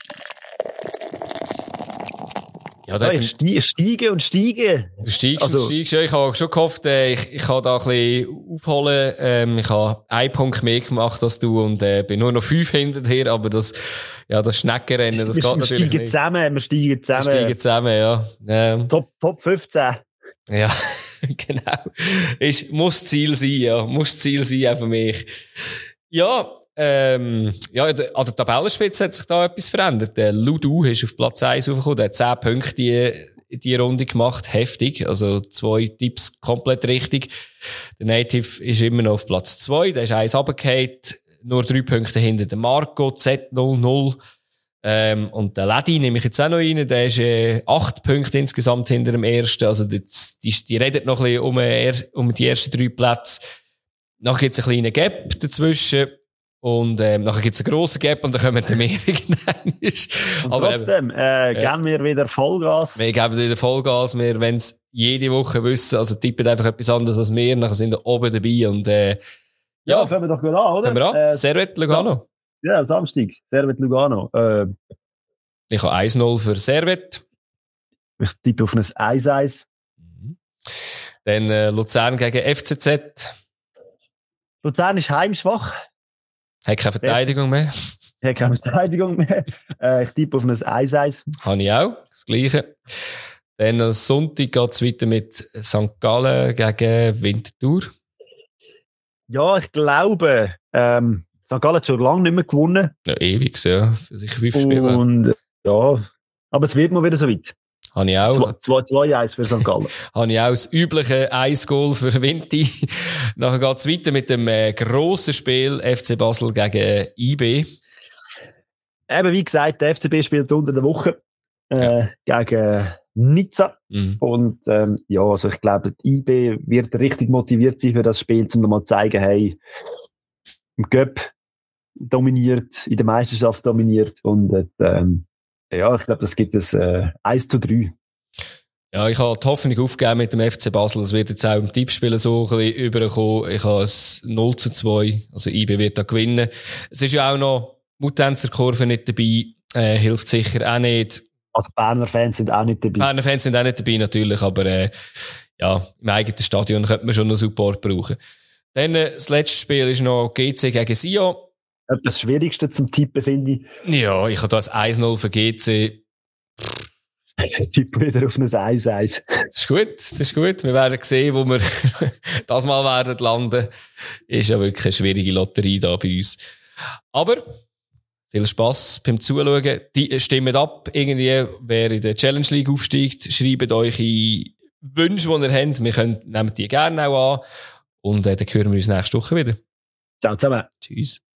Ja, da steigen und steigen. Du steigst und steigst. Ja, ich habe schon gehofft, ich kann da ein bisschen aufholen. Ich habe einen Punkt mehr gemacht als du und bin nur noch 5 hinterher, aber das Schneckenrennen, das geht natürlich nicht. Wir steigen zusammen, ja. Top 15. Ja, genau. Muss Ziel sein, ja. Muss Ziel sein, auch für mich. Ja, an der Tabellenspitze hat sich da etwas verändert. Der Ludu ist auf Platz 1 raufgekommen, der hat 10 Punkte die Runde gemacht, heftig, also 2 Tipps komplett richtig. Der Native ist immer noch auf Platz 2, der ist 1 runtergefallen, nur 3 Punkte hinter dem Marco, Z00. Und der Ledi nehme ich jetzt auch noch rein, der ist 8 Punkte insgesamt hinter dem ersten, also die redet noch ein bisschen um die ersten 3 Plätze. Nachher gibt es einen kleinen Gap dazwischen. Und nachher gibt es einen grossen Gap und dann kommen wir mehr irgendwann. Aber trotzdem, geben wir wieder Vollgas. Wir geben wieder Vollgas. Wir wollen es jede Woche wissen. Also tippen einfach etwas anderes als wir. Nachher sind wir oben dabei. Und ja, fangen wir doch gut an, oder? Fangen wir an. Servette Lugano. Ja, Samstag. Servette Lugano. Ich habe 1-0 für Servette. Ich tippe auf ein 1-1. Dann Luzern gegen FCZ. Luzern ist heimschwach. Hat keine Verteidigung mehr. Hat keine Verteidigung mehr. Ich tippe auf ein 1-1. Habe ich auch. Das Gleiche. Dann am Sonntag geht es weiter mit St. Gallen gegen Winterthur. Ja, ich glaube, St. Gallen hat schon lange nicht mehr gewonnen. Ja, ewig, ja. Für sicher 5 Spiele. Und ja, aber es wird mal wieder so weit. Habe ich auch. 2-1 für St. Gallen. Habe ich auch das übliche 1-Goal für Vinti. Nachher geht es weiter mit dem grossen Spiel FC Basel gegen IB. Eben, wie gesagt, der FCB spielt unter der Woche gegen Nizza. Und also ich glaube, die IB wird richtig motiviert sein für das Spiel, um nochmal zu zeigen, hey, im Cup dominiert, in der Meisterschaft dominiert. Und ja, ich glaube, das gibt es 1-3. Ja, ich habe die Hoffnung aufgegeben mit dem FC Basel. Das wird jetzt auch im Tippspiel so ein bisschen überkommen. Ich habe es 0-2. Also IB wird da gewinnen. Es ist ja auch noch Mutenzer Kurve nicht dabei. Hilft sicher auch nicht. Also Berner Fans sind auch nicht dabei. Berner Fans sind auch nicht dabei, natürlich. Aber ja, im eigenen Stadion könnte man schon noch Support brauchen. Dann das letzte Spiel ist noch GC gegen Sion. Das Schwierigste zum Tippen, finde ich. Ja, ich habe da ein 1-0 für GC. Ich tippe wieder auf ein 1-1. Das ist gut. Wir werden sehen, wo wir das mal werden landen. Ist ja wirklich eine schwierige Lotterie da bei uns. Aber viel Spass beim Zuschauen. Stimmt ab, irgendwie, wer in der Challenge League aufsteigt. Schreibt eure Wünsche, die ihr habt. Wir nehmen die gerne auch an. Und dann hören wir uns nächste Woche wieder. Ciao zusammen. Tschüss.